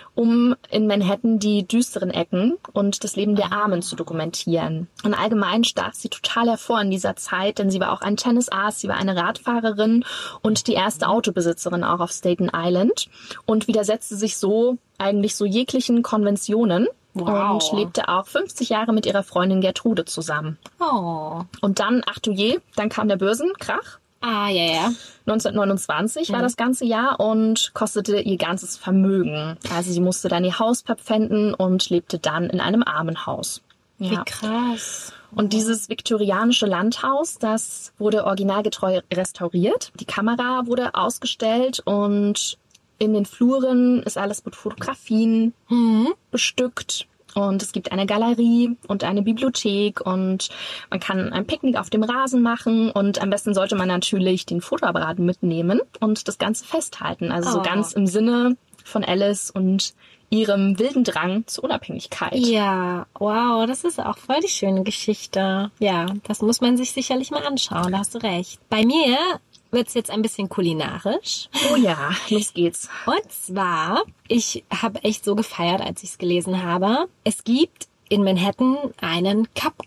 um in Manhattan die düsteren Ecken und das Leben der Armen zu dokumentieren. Und allgemein stach sie total hervor in dieser Zeit, denn sie war auch ein Tennisass, sie war eine Radfahrerin und die erste Autobesitzerin auch auf Staten Island und widersetzte sich so eigentlich so jeglichen Konventionen. Wow. Und lebte auch fünfzig Jahre mit ihrer Freundin Gertrude zusammen. Oh. Und dann, ach du je, dann kam der Börsenkrach. Ah, ja, ja. neunzehnhundertneunundzwanzig Mhm. war das ganze Jahr und kostete ihr ganzes Vermögen. Also sie musste dann ihr Haus verpfänden und lebte dann in einem Armenhaus. Wie krass. Und dieses viktorianische Landhaus, das wurde originalgetreu restauriert. Die Kamera wurde ausgestellt und in den Fluren ist alles mit Fotografien Mhm. bestückt. Und es gibt eine Galerie und eine Bibliothek und man kann ein Picknick auf dem Rasen machen und am besten sollte man natürlich den Fotoapparat mitnehmen und das Ganze festhalten. Also so Oh. ganz im Sinne von Alice und ihrem wilden Drang zur Unabhängigkeit. Ja, wow, das ist auch voll die schöne Geschichte. Ja, das muss man sich sicherlich mal anschauen, da hast du recht. Bei mir wird's jetzt ein bisschen kulinarisch. Oh ja, los geht's. Und zwar, ich habe echt so gefeiert, als ich es gelesen habe. Es gibt in Manhattan einen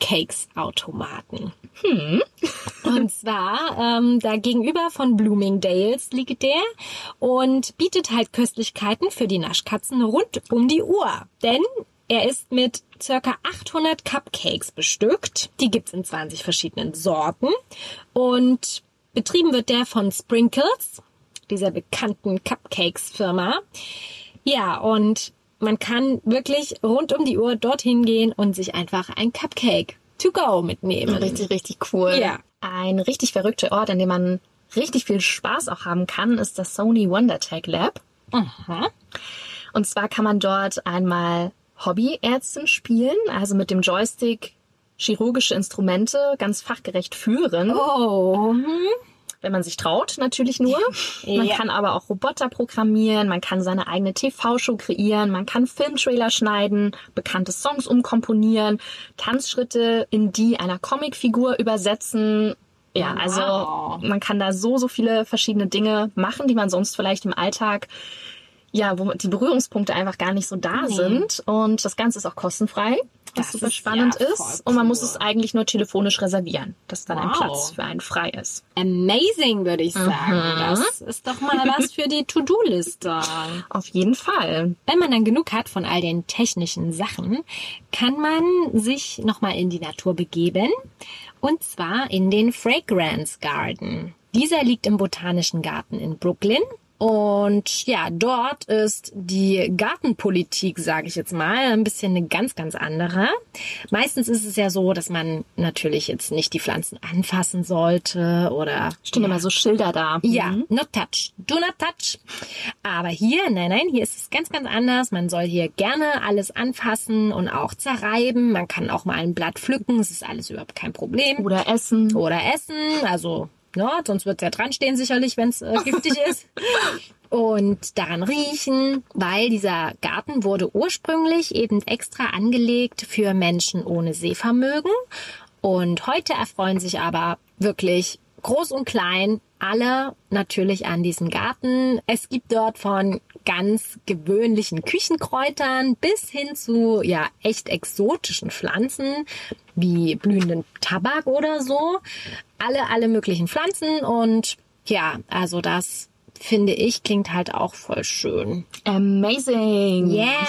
Cupcakes-Automaten. Hm. Und zwar ähm, da gegenüber von Bloomingdale's liegt der und bietet halt Köstlichkeiten für die Naschkatzen rund um die Uhr. Denn er ist mit circa achthundert Cupcakes bestückt. Die gibt's in zwanzig verschiedenen Sorten. Und betrieben wird der von Sprinkles, dieser bekannten Cupcakes-Firma. Ja, und man kann wirklich rund um die Uhr dorthin gehen und sich einfach ein Cupcake to go mitnehmen. Richtig, richtig cool. Ja. Ein richtig verrückter Ort, an dem man richtig viel Spaß auch haben kann, ist das Sony WonderTech Lab. Aha. Und zwar kann man dort einmal Hobbyärztin spielen, also mit dem Joystick chirurgische Instrumente ganz fachgerecht führen. Oh, hm. Wenn man sich traut, natürlich nur. Man Ja. kann aber auch Roboter programmieren, man kann seine eigene T V-Show kreieren, man kann Filmtrailer schneiden, bekannte Songs umkomponieren, Tanzschritte in die einer Comicfigur übersetzen. Ja, Wow. also man kann da so, so viele verschiedene Dinge machen, die man sonst vielleicht im Alltag, ja, wo die Berührungspunkte einfach gar nicht so da Nee. sind. Und das Ganze ist auch kostenfrei, was Das super ist spannend ja ist. voll Und man muss cool. es eigentlich nur telefonisch reservieren, dass dann ein Wow. Platz für einen frei ist. Amazing, würde ich sagen. Das ist doch mal was für die To-Do-Liste. Auf jeden Fall. Wenn man dann genug hat von all den technischen Sachen, kann man sich nochmal in die Natur begeben. Und zwar in den Fragrance Garden. Dieser liegt im Botanischen Garten in Brooklyn. Und ja, dort ist die Gartenpolitik, sage ich jetzt mal, ein bisschen eine ganz, ganz andere. Meistens ist es ja so, dass man natürlich jetzt nicht die Pflanzen anfassen sollte oder... Stehen immer so Schilder da. Ja, Mhm. not touch, do not touch. Aber hier, nein, nein, hier ist es ganz, ganz anders. Man soll hier gerne alles anfassen und auch zerreiben. Man kann auch mal ein Blatt pflücken, es ist alles überhaupt kein Problem. Oder Essen. Oder essen, also, ne, sonst wird es ja dran stehen sicherlich, wenn es äh, giftig ist. Und daran riechen, weil dieser Garten wurde ursprünglich eben extra angelegt für Menschen ohne Sehvermögen. Und heute erfreuen sich aber wirklich groß und klein, alle natürlich an diesem Garten. Es gibt dort von ganz gewöhnlichen Küchenkräutern bis hin zu ja echt exotischen Pflanzen wie blühenden Tabak oder so. Alle, alle möglichen Pflanzen und ja, also das finde ich klingt halt auch voll schön. Amazing.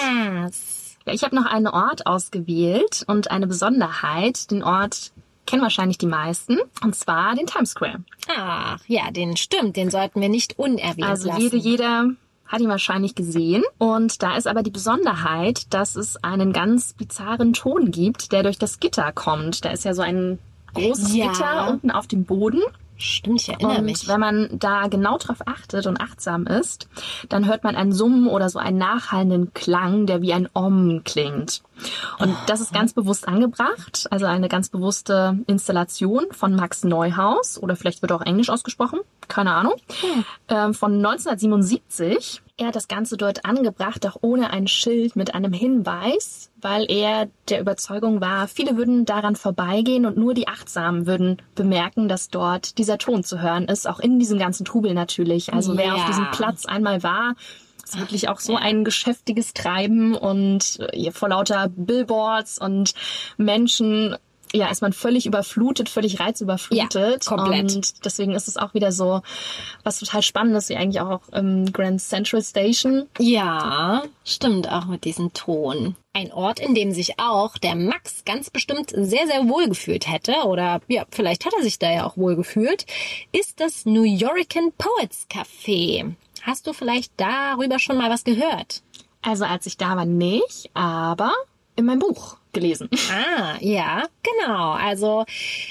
Yes. Ja, ich habe noch einen Ort ausgewählt und eine Besonderheit. Den Ort kennen wahrscheinlich die meisten, und zwar den Times Square. Ach, ja, den stimmt, den sollten wir nicht unerwähnt also lassen. Also jede, jeder hat ihn wahrscheinlich gesehen. Und da ist aber die Besonderheit, dass es einen ganz bizarren Ton gibt, der durch das Gitter kommt. Da ist ja so ein großes Ja. Gitter unten auf dem Boden. Stimmt, ich erinnere Und mich. wenn man da genau drauf achtet und achtsam ist, dann hört man ein Summen oder so einen nachhallenden Klang, der wie ein Om klingt. Und das ist ganz bewusst angebracht, also eine ganz bewusste Installation von Max Neuhaus, oder vielleicht wird auch Englisch ausgesprochen, keine Ahnung, Hm. ähm, von neunzehnhundertsiebenundsiebzig. Er hat das Ganze dort angebracht, auch ohne ein Schild mit einem Hinweis, weil er der Überzeugung war, viele würden daran vorbeigehen und nur die Achtsamen würden bemerken, dass dort dieser Ton zu hören ist, auch in diesem ganzen Trubel natürlich. Also wer Ja. auf diesem Platz einmal war, ist wirklich auch so ein geschäftiges Treiben und äh, vor lauter Billboards und Menschen. Ja, ist man völlig überflutet, völlig reizüberflutet. Ja, komplett. Und deswegen ist es auch wieder so was total Spannendes, wie eigentlich auch im Grand Central Station. Ja, stimmt, auch mit diesem Ton. Ein Ort, in dem sich auch der Max ganz bestimmt sehr, sehr wohl gefühlt hätte, oder ja, vielleicht hat er sich da ja auch wohl gefühlt, ist das New Yorican Poets Café. Hast du vielleicht darüber schon mal was gehört? Also als ich da war nicht, aber in meinem Buch gelesen. Ah, ja, genau. Also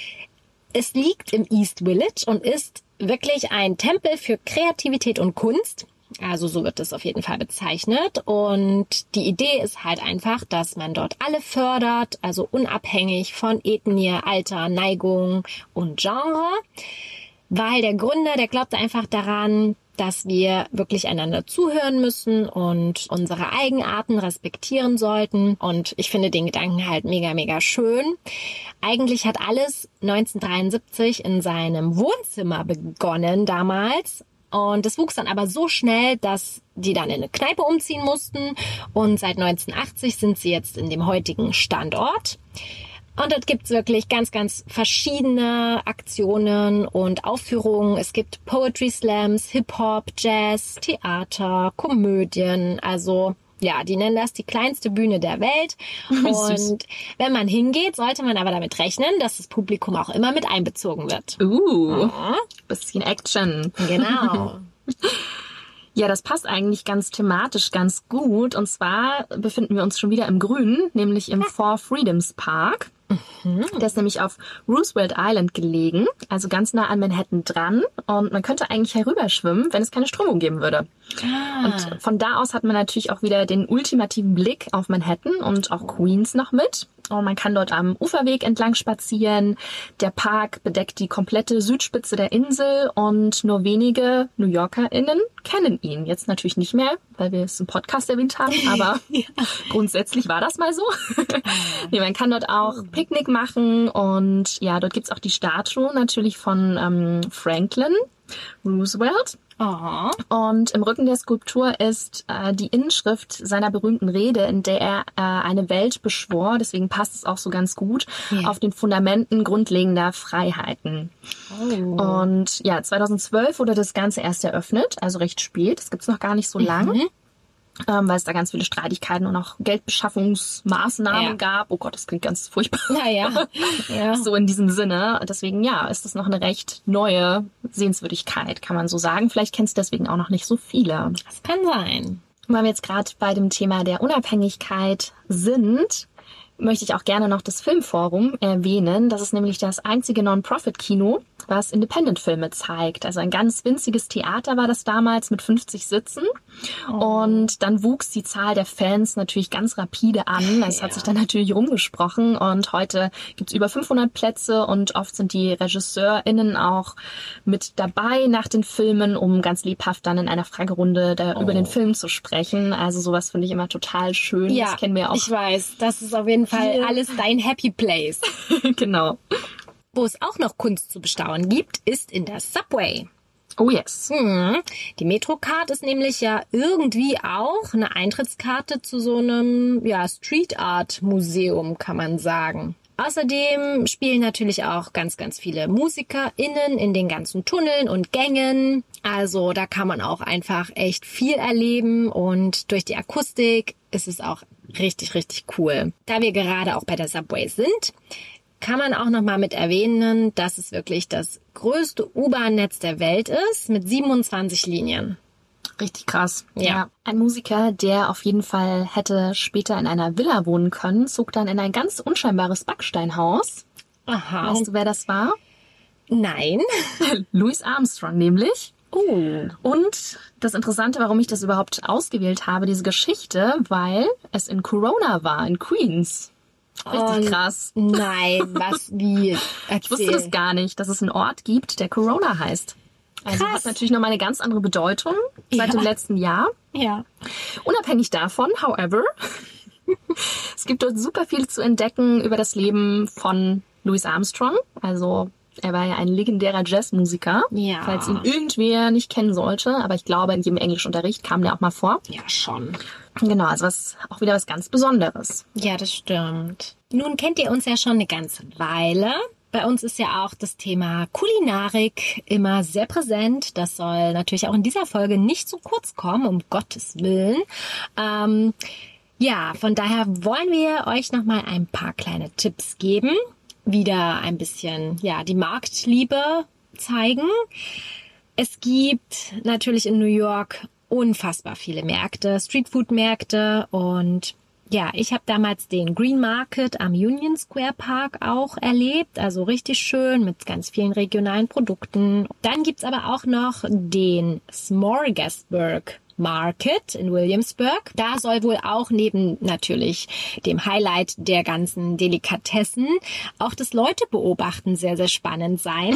es liegt im East Village und ist wirklich ein Tempel für Kreativität und Kunst. Also so wird es auf jeden Fall bezeichnet. Und die Idee ist halt einfach, dass man dort alle fördert, also unabhängig von Ethnie, Alter, Neigung und Genre. Weil der Gründer, der glaubte einfach daran, dass wir wirklich einander zuhören müssen und unsere Eigenarten respektieren sollten. Und ich finde den Gedanken halt mega, mega schön. Eigentlich hat alles neunzehnhundertdreiundsiebzig in seinem Wohnzimmer begonnen damals. Und es wuchs dann aber so schnell, dass die dann in eine Kneipe umziehen mussten. Und seit neunzehnhundertachtzig sind sie jetzt in dem heutigen Standort. Und dort gibt's wirklich ganz, ganz verschiedene Aktionen und Aufführungen. Es gibt Poetry Slams, Hip-Hop, Jazz, Theater, Komödien. Also ja, die nennen das die kleinste Bühne der Welt. Und wenn man hingeht, sollte man aber damit rechnen, dass das Publikum auch immer mit einbezogen wird. Uh, Mhm. bisschen Action. Genau. Ja, das passt eigentlich ganz thematisch ganz gut. Und zwar befinden wir uns schon wieder im Grünen, nämlich im Four Freedoms Park. Der ist nämlich auf Roosevelt Island gelegen, also ganz nah an Manhattan dran. Und man könnte eigentlich herüberschwimmen, wenn es keine Strömung geben würde. Ah. Und von da aus hat man natürlich auch wieder den ultimativen Blick auf Manhattan und auch Queens noch mit. Und man kann dort am Uferweg entlang spazieren. Der Park bedeckt die komplette Südspitze der Insel und nur wenige New YorkerInnen kennen ihn. Jetzt natürlich nicht mehr, weil wir es im Podcast erwähnt haben, aber ja. Grundsätzlich war das mal so. Nee, man kann dort auch Picknick machen und ja, dort gibt's auch die Statue natürlich von ähm, Franklin Roosevelt. Oh. Und im Rücken der Skulptur ist äh, die Inschrift seiner berühmten Rede, in der er äh, eine Welt beschwor, deswegen passt es auch so ganz gut, yeah. auf den Fundamenten grundlegender Freiheiten. Oh. Und ja, zweitausendzwölf wurde das Ganze erst eröffnet, also recht spät, das gibt's noch gar nicht so lang. Mhm. Ähm, weil es da ganz viele Streitigkeiten und auch Geldbeschaffungsmaßnahmen ja. gab. Oh Gott, das klingt ganz furchtbar. Naja, ja. So in diesem Sinne. Deswegen, ja, ist das noch eine recht neue Sehenswürdigkeit, kann man so sagen. Vielleicht kennst du deswegen auch noch nicht so viele. Das kann sein. Weil wir jetzt gerade bei dem Thema der Unabhängigkeit sind, möchte ich auch gerne noch das Filmforum erwähnen. Das ist nämlich das einzige Non-Profit-Kino, was Independent-Filme zeigt. Also ein ganz winziges Theater war das damals mit fünfzig Sitzen. Oh. Und dann wuchs die Zahl der Fans natürlich ganz rapide an. Es ja. hat sich dann natürlich rumgesprochen. Und heute gibt's über fünfhundert Plätze und oft sind die RegisseurInnen auch mit dabei nach den Filmen, um ganz lebhaft dann in einer Fragerunde da oh. über den Film zu sprechen. Also sowas finde ich immer total schön. Ja, das kennen wir auch. Ich weiß, das ist auf jeden Fall alles dein Happy Place. Genau. Wo es auch noch Kunst zu bestaunen gibt, ist in der Subway. Oh yes. Hm. Die Metrocard ist nämlich ja irgendwie auch eine Eintrittskarte zu so einem ja, Street Art Museum, kann man sagen. Außerdem spielen natürlich auch ganz, ganz viele MusikerInnen in den ganzen Tunneln und Gängen. Also da kann man auch einfach echt viel erleben und durch die Akustik ist es auch richtig, richtig cool. Da wir gerade auch bei der Subway sind, kann man auch noch mal mit erwähnen, dass es wirklich das größte U-Bahn-Netz der Welt ist mit siebenundzwanzig Linien. Richtig krass. Ja. ja. Ein Musiker, der auf jeden Fall hätte später in einer Villa wohnen können, zog dann in ein ganz unscheinbares Backsteinhaus. Aha. Weißt du, wer das war? Nein. Louis Armstrong nämlich. Oh. Und das Interessante, warum ich das überhaupt ausgewählt habe, diese Geschichte, weil es in Corona war, in Queens. Richtig Oh, krass. Nein, was, wie? Erzähl. Ich wusste das gar nicht, dass es einen Ort gibt, der Corona heißt. Also Krass. hat natürlich nochmal eine ganz andere Bedeutung seit Ja. dem letzten Jahr. Ja. Unabhängig davon, however, es gibt dort super viel zu entdecken über das Leben von Louis Armstrong. Also er war ja ein legendärer Jazzmusiker, Ja. falls ihn irgendwer nicht kennen sollte. Aber ich glaube, in jedem Englischunterricht kam der auch mal vor. Ja, schon. Genau, also was, auch wieder was ganz Besonderes. Ja, das stimmt. Nun kennt ihr uns ja schon eine ganze Weile. Bei uns ist ja auch das Thema Kulinarik immer sehr präsent. Das soll natürlich auch in dieser Folge nicht zu kurz kommen, um Gottes Willen. Ähm, ja, von daher wollen wir euch nochmal ein paar kleine Tipps geben. Wieder ein bisschen, ja, die Marktliebe zeigen. Es gibt natürlich in New York unfassbar viele Märkte, Streetfood-Märkte und ja, ich habe damals den Green Market am Union Square Park auch erlebt, also richtig schön mit ganz vielen regionalen Produkten. Dann gibt's aber auch noch den Smorgasburg Market in Williamsburg. Da soll wohl auch neben natürlich dem Highlight der ganzen Delikatessen auch das Leute beobachten sehr, sehr spannend sein.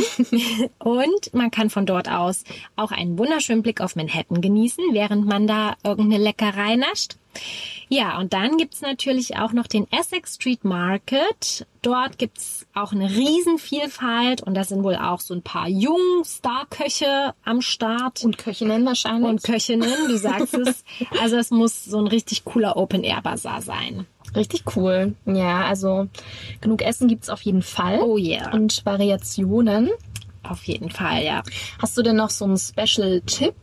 Und man kann von dort aus auch einen wunderschönen Blick auf Manhattan genießen, während man da irgendeine Leckerei nascht. Ja, und dann gibt's natürlich auch noch den Essex Street Market. Dort gibt's auch eine Riesenvielfalt und da sind wohl auch so ein paar Jung-Star-Köche am Start. Und Köchinnen wahrscheinlich. Und Köchinnen, du sagst es. Also es muss so ein richtig cooler Open-Air-Bazar sein. Richtig cool. Ja, also genug Essen gibt's auf jeden Fall. Oh yeah. Und Variationen. Auf jeden Fall, ja. Hast du denn noch so einen Special-Tipp,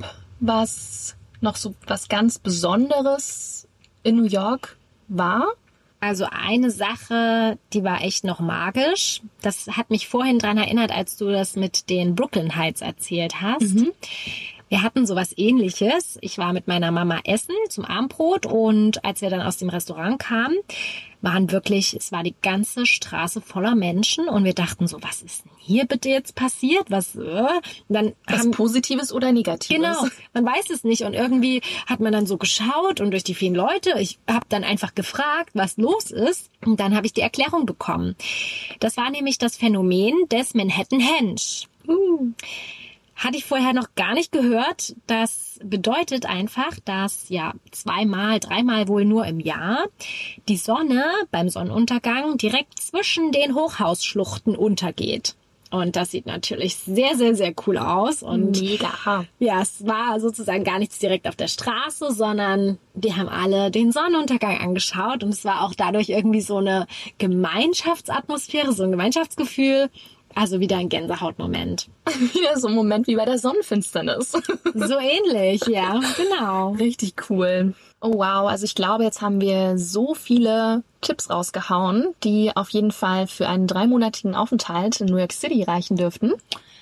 was noch so was ganz Besonderes in New York war? Also eine Sache, die war echt noch magisch. Das hat mich vorhin dran erinnert, als du das mit den Brooklyn Heights erzählt hast. Mhm. Wir hatten sowas Ähnliches. Ich war mit meiner Mama essen zum Abendbrot und als wir dann aus dem Restaurant kamen, waren wirklich, es war die ganze Straße voller Menschen und wir dachten so, was ist denn hier bitte jetzt passiert? Was, äh? Dann was haben, Positives oder Negatives? Genau, man weiß es nicht und irgendwie hat man dann so geschaut und durch die vielen Leute, ich habe dann einfach gefragt, was los ist und dann habe ich die Erklärung bekommen. Das war nämlich das Phänomen des Manhattan Henge. Uh. Hatte ich vorher noch gar nicht gehört. Das bedeutet einfach, dass ja zweimal, dreimal wohl nur im Jahr die Sonne beim Sonnenuntergang direkt zwischen den Hochhausschluchten untergeht. Und das sieht natürlich sehr, sehr, sehr cool aus. Und mega. Ja, es war sozusagen gar nichts direkt auf der Straße, sondern wir haben alle den Sonnenuntergang angeschaut. Und es war auch dadurch irgendwie so eine Gemeinschaftsatmosphäre, so ein Gemeinschaftsgefühl. Also wieder ein Gänsehautmoment. Wieder so ein Moment wie bei der Sonnenfinsternis. So ähnlich, ja, genau. Richtig cool. Oh wow, also ich glaube, jetzt haben wir so viele Tipps rausgehauen, die auf jeden Fall für einen dreimonatigen Aufenthalt in New York City reichen dürften.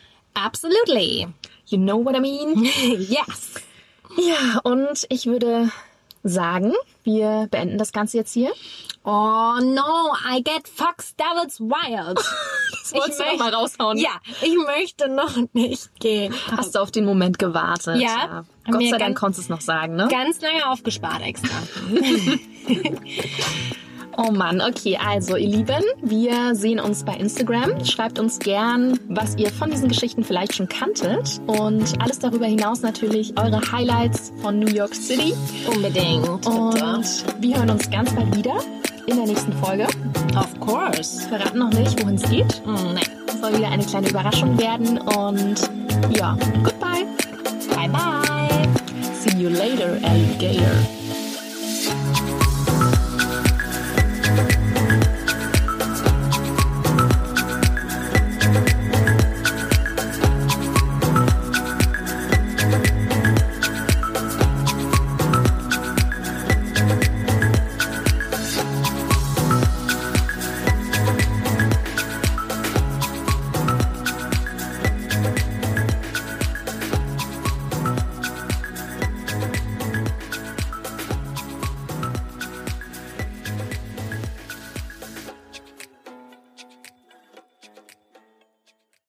Absolutely. You know what I mean? Yes. Ja, und ich würde sagen, wir beenden das Ganze jetzt hier. Oh no, I get Fox Devils wild. Das wolltest du noch mal raushauen. Ja, ich möchte noch nicht gehen. Hast du auf den Moment gewartet? Ja. ja. Gott sei Dank konntest du es noch sagen, ne? Ganz lange aufgespart extra. Oh Mann, okay, also ihr Lieben, wir sehen uns bei Instagram. Schreibt uns gern, was ihr von diesen Geschichten vielleicht schon kanntet. Und alles darüber hinaus natürlich eure Highlights von New York City. Unbedingt. Und wir hören uns ganz bald wieder in der nächsten Folge. Of course. Verraten noch nicht, wohin es geht. Mm, nein. soll wieder eine kleine Überraschung werden und ja, goodbye. Bye bye. See you later, Alligator.